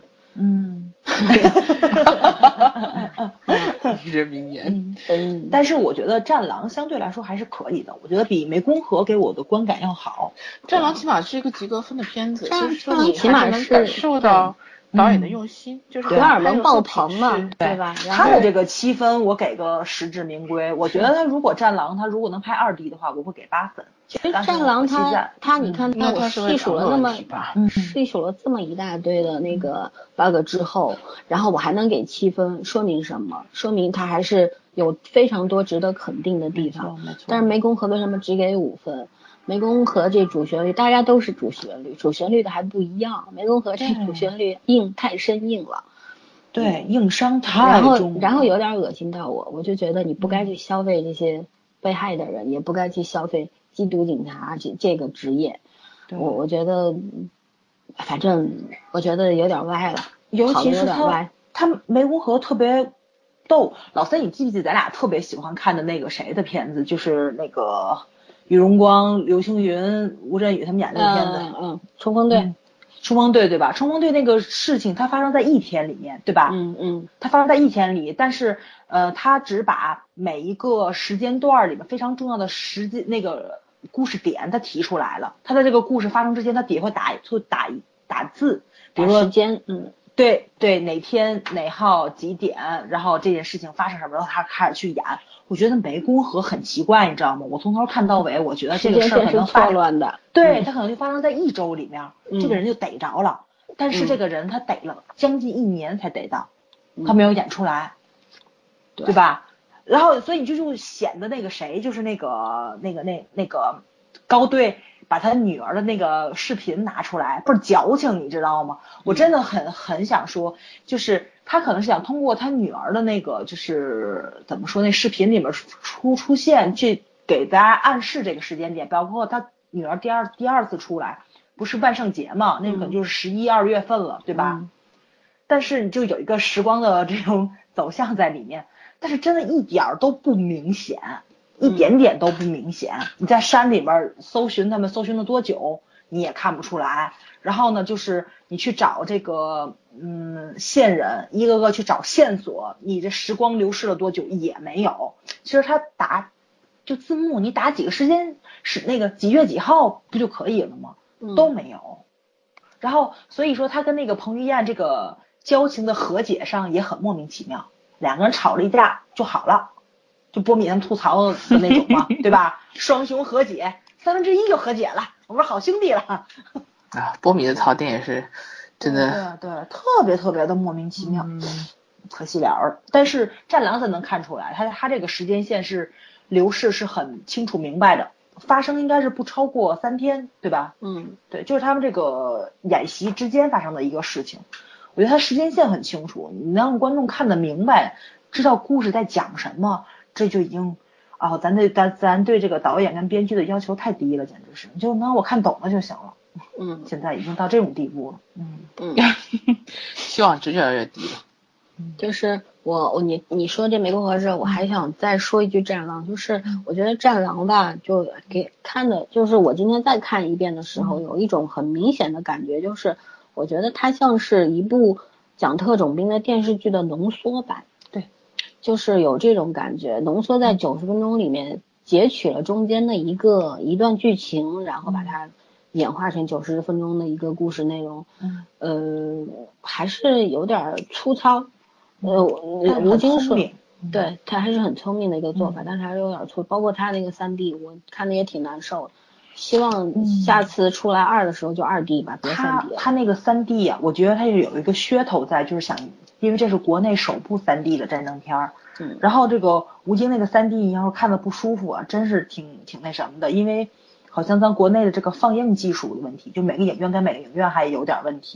名人名言。 但是我觉得战狼相对来说还是可以的，我觉得比湄公河给我的观感要好。 战狼起码是一个及格分的片子，就是说你起码能感受到导演的用心，就是荷尔蒙爆棚嘛，对吧？ 他的这个7分我给个实至名归。我觉得他如果战狼他如果能拍2D 的话，我会给8分。 其实战狼他你看我细数了这么一大堆的那个 bug 之后，然后我还能给7分，说明什么？说明他还是有非常多值得肯定的地方。但是湄公河为什么只给5分？湄公河这主旋律大家都是主旋律的还不一样，湄公河这主旋律太生硬了， 对，硬伤太重， 然后有点恶心到我就觉得你不该去消费这些被害的人，也不该去消费缉毒警察这个职业。我觉得反正我觉得有点歪了， 尤其是他湄公河特别逗。老三，你记不记得咱俩特别喜欢看的那个谁的片子，就是那个于荣光、刘青云、吴镇宇他们演的那个片子， 冲锋队。 冲锋队对吧？冲锋队那个事情它发生在一天里面，对吧？它发生在一天里，但是它只把每一个时间段里面非常重要的时间那个故事点它提出来了。它在这个故事发生之前，它底下会打字，比如说时间， 对，哪天哪号几点，然后这件事情发生什么，然后他开始去演。我觉得湄公河很奇怪，你知道吗？我从头看到尾，我觉得这个事儿可能错乱的， 对，他可能就发生在1周里面，这个人就逮着了，但是这个人他逮了将近1年才逮到，他没有演出来，对吧？然后所以你就显得那个谁，就是那个高队把他女儿的那个视频拿出来，不是矫情，你知道吗？我真的很想说，就是他可能是想通过他女儿的那个，就是怎么说，那视频里面出现，去给大家暗示这个时间点，包括他女儿第二次出来，不是万圣节嘛，那个可能就是11、2月份了，对吧？但是你就有一个时光的这种走向在里面，但是真的一点都不明显。一点点都不明显，你在山里边搜寻他们搜寻了多久你也看不出来。然后呢，就是你去找这个线人，一个个去找线索，你这时光流逝了多久也没有。其实他就字幕你打几个时间是那个几月几号不就可以了吗？都没有。然后所以说他跟那个彭于晏这个交情的和解上也很莫名其妙，两个人吵了一架就好了，就波米他们吐槽的那种嘛，对吧？双雄和解1/3就和解了，我们是好兄弟了。 波米的槽点也是真的， 对，特别的莫名其妙，可惜了。但是战狼咱能看出来，他这个时间线是流逝是很清楚明白的，发生应该是不超过3天，对吧？对，就是他们这个演习之间发生的一个事情。我觉得他时间线很清楚，你能让观众看得明白，知道故事在讲什么，这就已经咱对这个导演跟编剧的要求太低了，简直是，你就能让我看懂了就行了。现在已经到这种地步了。 希望值越来越低了。 就是你说这湄公河这，我还想再说一句战狼，就是我觉得战狼吧，就给看的，就是我今天再看一遍的时候，有一种很明显的感觉，就是我觉得它像是一部讲特种兵的电视剧的浓缩版。 对， 就是有这种感觉，浓缩在90分钟里面，截取了中间的一段剧情，然后把它演化成90分钟的一个故事内容。还是有点粗糙。吴京说，对，他还是很聪明的一个做法，但是还是有点粗，包括他那个3D，我看的也挺难受的。希望下次出来2的时候就2D 吧，别3D 了。 他那个3D 啊，我觉得他有一个噱头在，就是想，因为这是国内首部3D 的战争片儿。然后这个吴京那个3D 你要是看的不舒服啊，真是挺那什么的，因为好像咱国内的这个放映技术的问题，就每个影院跟每个影院还有点问题。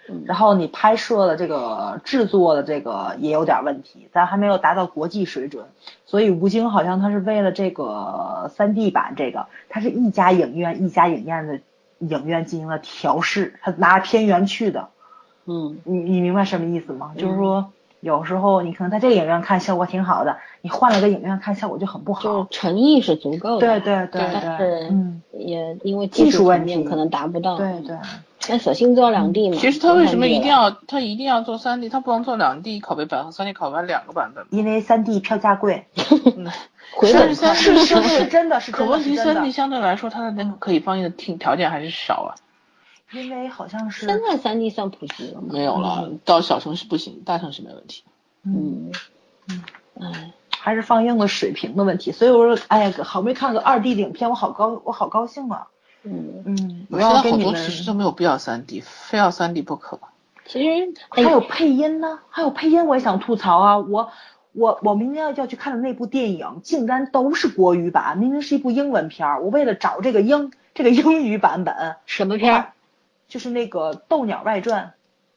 然后你拍摄的这个制作的这个也有点问题，咱还没有达到国际水准，所以吴京好像他是为了这个 3D 版这个，他是一家影院的影院进行了调试，他拿片源去的。你明白什么意思吗？就是说有时候你可能在这个影院看效果挺好的，你换了个影院看效果就很不好。 就诚意是足够的。 对， 但是也因为技术问题可能达不到。 对。 那索性做2D 嘛。 其实他为什么一定要做3D？他不能做2D 拷贝版和3D 拷贝版2个版本？ 因为3D 票价贵。 回本是真的是。 可问题3D 相对来说它的那个可以放映的条件还是少啊。 因为好像是现在3D 算普及了吗？ 没有了，到小城市不行，大城市没问题。 还是放映的水平的问题。所以我说，哎呀，好没看个2D 的影片，我好高兴啊。 我现在好多其实都没有必要3D，非要3D 不可。 其实还有配音呢，我也想吐槽啊。我明天要去看的那部电影，竟然都是国语版，明明是一部英文片，我为了找这个英语版本。 什么片？ 就是那个《斗鸟外传》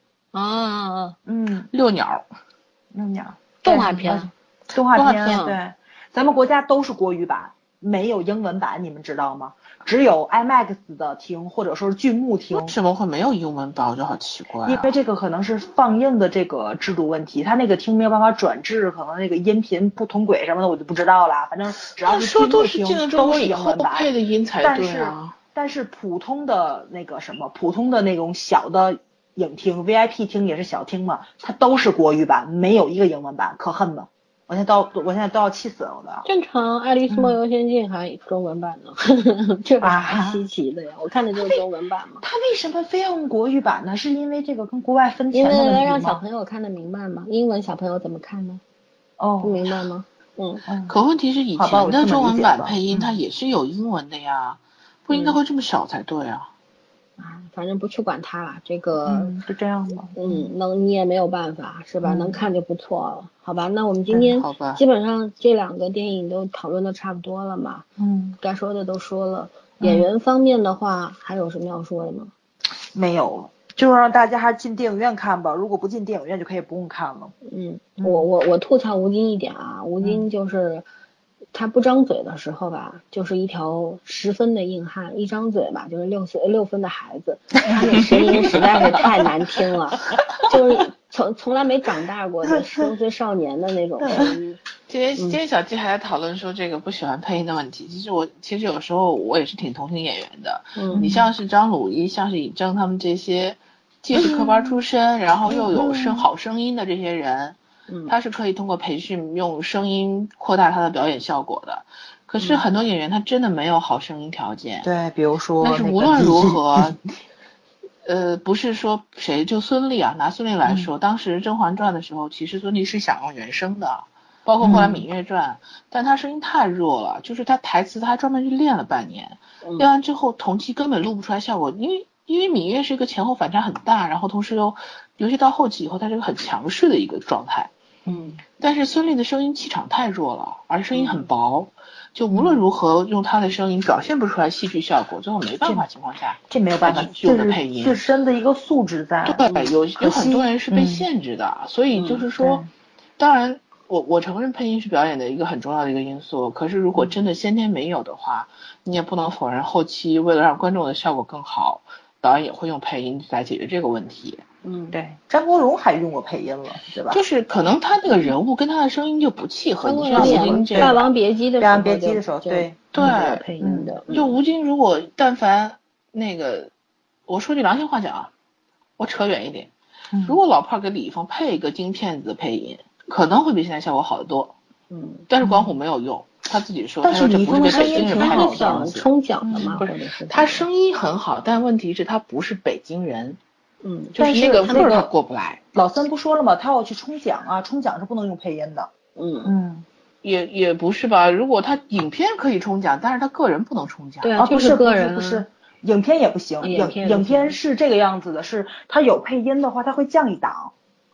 六鸟动画片， 对，咱们国家都是国语版，没有英文版，你们知道吗？只有 IMAX 的厅或者说是剧目厅。 为什么会没有英文版？我就好奇怪因为这个可能是放映的这个制度问题，他那个厅没有办法转制，可能那个音频不同轨什么的我就不知道了。反正只要是剧目厅都是英文版， 配的音才对啊。 但是普通的那种小的影厅 VIP 厅也是小厅嘛，它都是国语版，没有一个英文版，可恨了。我现在都要气死了，我都要。 正常，《爱丽丝梦游仙境》还中文版呢，这有啥稀奇的呀？我看的就是中文版嘛。 他为什么非要用国语版呢？是因为这个跟国外分钱的问题吗？ 因为让小朋友看得明白嘛。英文小朋友怎么看呢？不明白吗？ 可问题是以前的中文版配音它也是有英文的呀，不应该会这么少才对啊。 反正不去管它了，这个是这样的。 你也没有办法，是吧？能看就不错了，好吧？那我们今天基本上这2个电影都讨论的差不多了嘛。该说的都说了。演员方面的话，还有什么要说的吗？ 没有，就是让大家还是进电影院看吧。如果不进电影院，就可以不用看了。 我吐槽吴京一点啊，吴京就是他不张嘴的时候吧，就是一条10分的硬汉；一张嘴吧，就是6分的孩子。他那声音实在是太难听了，就是从来没长大过的10岁少年的那种声音。 今天小季还在讨论说这个不喜欢配音的问题。其实有时候我也是挺同情演员的。你像是张鲁一，像是尹正他们这些，既是科班出身，然后又有好声音的这些人。他是可以通过培训用声音扩大他的表演效果的，可是很多演员他真的没有好声音条件。 对，比如说但是无论如何不是说谁，就孙俪啊，拿孙俪来说，当时《甄嬛传》的时候其实孙俪是想用原声的，包括后来《芈月传》但她声音太弱了，就是她台词她还专门去练了半年，练完之后同期根本录不出来效果，因为芈月是一个前后反差很大，然后同时尤其到后期以后她是个很强势的一个状态。但是孙俪的声音气场太弱了，而声音很薄，就无论如何用她的声音表现不出来戏剧效果，最后没办法情况下， 这没有办法， 用的配音自身的一个素质在。 对，有很多人是被限制的，所以就是说，当然我承认配音是表演的一个很重要的一个因素，可是如果真的先天没有的话，你也不能否认后期为了让观众的效果更好，导演也会用配音来解决这个问题。 对，张国荣还用过配音了，对吧？ 就是可能他那个人物跟他的声音就不契合。你像吴京这个《 霸王别姬》 的时候，对配音的。 就吴京如果但凡那个，我说句良心话讲啊，我扯远一点，如果老炮给李易峰配一个京片子的配音，可能会比现在效果好得多。但是管虎没有用，他自己说，他说这不是被北京人拍的样子。冲奖的吗？ 不是，他声音很好，但问题是他不是北京人。 就是那个味儿他过不来。 老三不说了吗？他要去冲奖啊，冲奖是不能用配音的。 也不是吧？如果他影片可以冲奖，但是他个人不能冲奖。 对啊， 就是个人不是，影片也不行。影片是这个样子的，是他有配音的话，他会降一档。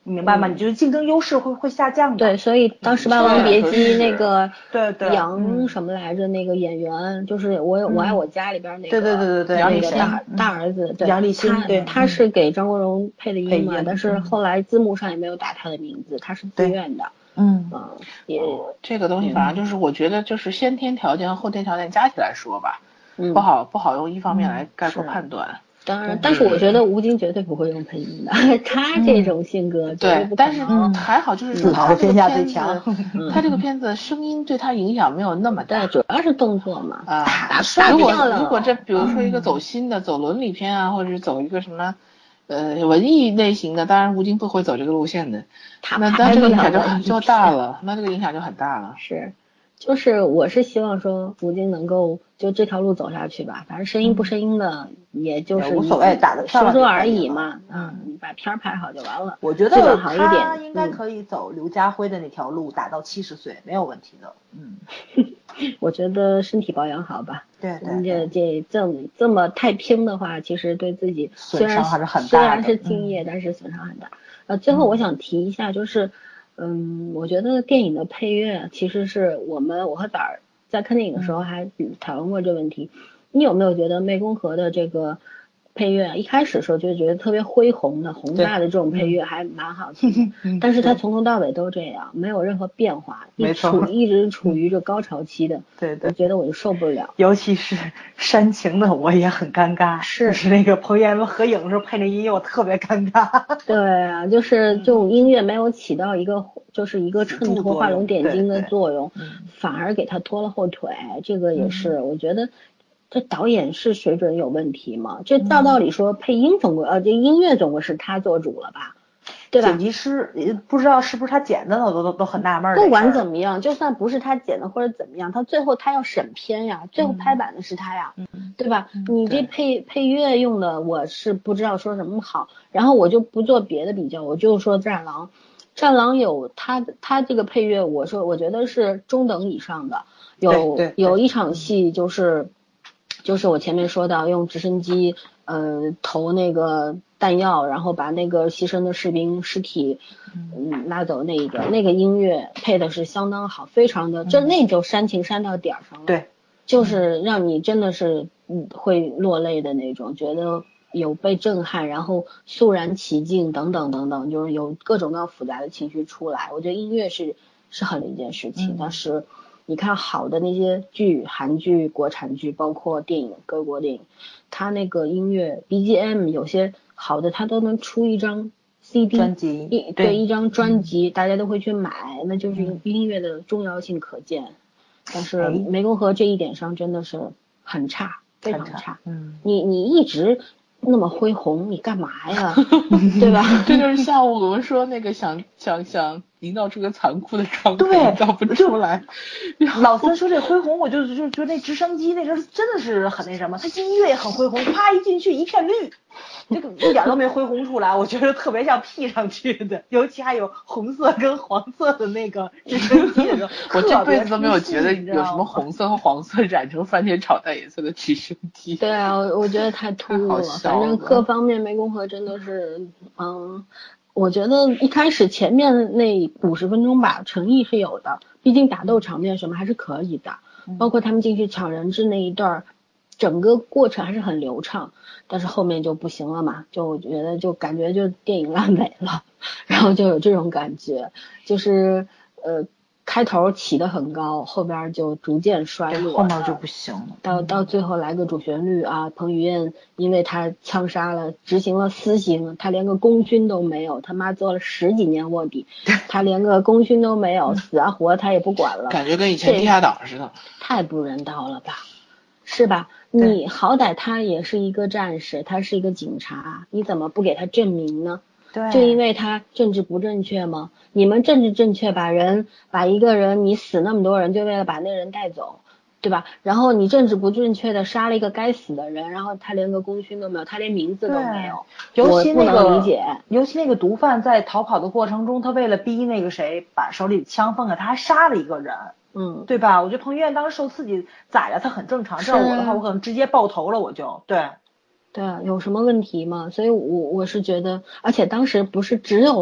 你明白吗？你就是竞争优势会下降的。 对，所以当时《霸王别姬》那个对杨什么来着那个演员，就是我爱我家里边那个对那个大儿子，对杨立新， 他是给张国荣配的音嘛，但是后来字幕上也没有打他的名字，他是自愿的。也这个东西反正就是我觉得就是先天条件和后天条件加起来说吧，不好用一方面来概括判断。 当然，但是我觉得吴京绝对不会用配音的，他这种性格对，但是还好就是说他这个片子，他这个片子声音对他影响没有那么大， 主要是动作嘛。 如果这比如说一个走心的走伦理片啊，或者是走一个什么文艺类型的，当然吴京不会走这个路线的，那这个影响就大了，那这个影响就很大了。 是。就是我是希望说吴京能够就这条路走下去吧，反正声音不声音的，也就是无所谓，打得说说而已嘛。你把片儿拍好就完了。 我觉得他应该可以走刘家辉的那条路，打到70岁没有问题的。 我觉得身体保养好吧。 对， 这么太拼的话，其实对自己损伤还是很大的。 虽然是敬业，但是损伤很大。最后我想提一下就是。我觉得电影的配乐其实是我和崽儿在看电影的时候还讨论过这个问题。你有没有觉得湄公河的这个配乐一开始的时候就觉得特别恢宏的宏大的这种配乐还蛮好听的，但是它从头到尾都这样，没有任何变化，一直处于这高潮期的。 对， 我觉得我就受不了。 尤其是煽情的我也很尴尬，就是那个彭于晏合影的时候配那音乐我特别尴尬。 对啊，就是这种音乐没有起到一个就是一个衬托画龙点睛的作用，反而给他拖了后腿。这个也是我觉得这导演是水准有问题吗？这道理说配音总归这音乐总归是他做主了吧，对吧？ 剪辑师不知道是不是他剪的呢，都很纳闷。 不管怎么样，就算不是他剪的或者怎么样，他最后他要审片呀，最后拍板的是他呀，对吧？你这配乐用的我是不知道说什么好，然后我就不做别的比较，我就说战狼有他这个配乐，我觉得是中等以上的，有一场戏就是我前面说到用直升机投那个弹药，然后把那个牺牲的士兵尸体拉走那个音乐配的是相当好，非常的那就煽情煽到点上了。 对， 就是让你真的是会落泪的那种，觉得有被震撼，然后肃然起敬等等等等，就是有各种各样复杂的情绪出来。我觉得音乐是好的一件事情，但是你看好的那些剧，韩剧、国产剧，包括电影，各国电影，它那个音乐 BGM 有些好的，它都能出一张 CD 专辑， 一张专辑，大家都会去买，那就是音乐的重要性可见。但是湄公河这一点上真的是很差，非常差。你一直那么恢宏，你干嘛呀？对吧？ 这就是像我们说那个想营造出个残酷的状态，营造不出来。 老三说这恢宏，我就那直升机那阵真的是很那什么，他音乐也很恢宏，啪一进去一片绿，这个一点都没恢宏出来，我觉得特别像 P 上去的，尤其还有红色跟黄色的那个直升机的时候， 我这辈子都没有觉得有什么红色和黄色染成番茄炒蛋颜色的直升机。 对啊，我觉得太突兀了，反正各方面湄公河真的是我觉得一开始前面那50分钟吧，诚意是有的，毕竟打斗场面什么还是可以的，包括他们进去抢人质那一段，整个过程还是很流畅。但是后面就不行了嘛，就我觉得就感觉就电影烂尾了，然后就有这种感觉，就是开头起得很高，后边就逐渐衰落， 后面就不行了。 到最后来个主旋律啊，彭于晏因为他枪杀了，执行了私刑，他连个功勋都没有，他妈做了10几年卧底，他连个功勋都没有，死啊活他也不管了， 感觉跟以前地下党似的， 太不人道了吧，是吧？你好歹他也是一个战士，他是一个警察，你怎么不给他证明呢？ 对， 就因为他政治不正确吗？你们政治正确，把一个人，你死那么多人，就为了把那人带走，对吧？然后你政治不正确的杀了一个该死的人，然后他连个功勋都没有，他连名字都没有， 尤其那个我不能理解。 尤其那个毒贩在逃跑的过程中，他为了逼那个谁把手里的枪放开，他还杀了一个人。对吧？我觉得彭于晏当时受刺激宰了他很正常，这样我的话我可能直接爆头了，我就对啊， 有什么问题吗？所以我是觉得，而且当时不是只有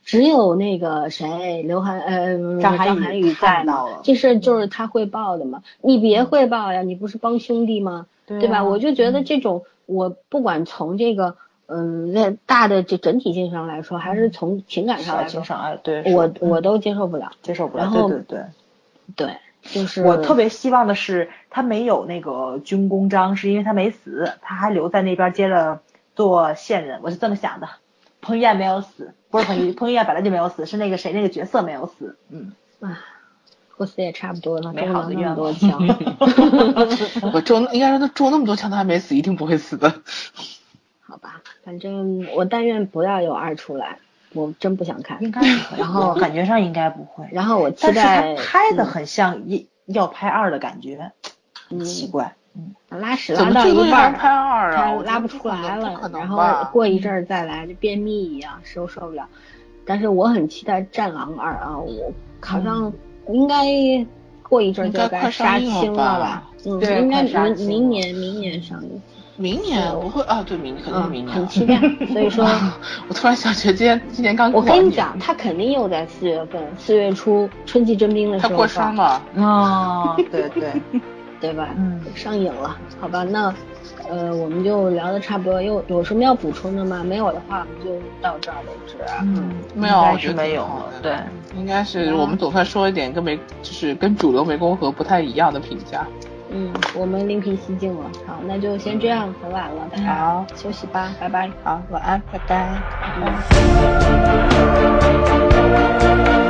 只有那个谁张涵予在嘛，这事就是他汇报的嘛，你别汇报呀，你不是帮兄弟吗？对吧？我就觉得这种我不管从这个那大的这整体性上来说，还是从情感上来说， 对， 我都接受不了。然后对，就是我特别希望的是他没有那个军功章，是因为他没死，他还留在那边接着做线人，我是这么想的。彭于晏没有死，不是彭于晏本来就没有死，是那个谁那个角色没有死。 不死也差不多了， 没好的愿望。 我应该说他中那么多枪，他还没死，一定不会死的。 好吧，反正我但愿不要有2出来，我真不想看。 应该不会，然后感觉上应该不会。 然后我期待， 但是他拍的很像要拍2的感觉，很奇怪。 拉屎拉到一半拍2啊， 他拉不出来了，然后过一阵儿再来，就便秘一样，受不了。但是我很期待《战狼2》啊，我好像应该过一阵就该杀青了吧？ 对， 应该明年上映。 明年不会啊？对，肯定是明年。 很期待，所以说， 我突然想起今年刚过我跟你讲，他肯定又在4月份，4月初春季征兵的时候。 他过生嘛？ 对， 对吧？上映了，好吧，那我们就聊得差不多，有什么要补充的吗？没有的话，我们就到这儿为止。 没有， 我觉得没有了。对， 应该是我们总算说一点跟主流湄公河不太一样的评价。 我们另辟蹊径了。好，那就先这样，很晚了，大家休息吧，拜拜。 好，晚安，拜拜。 拜拜。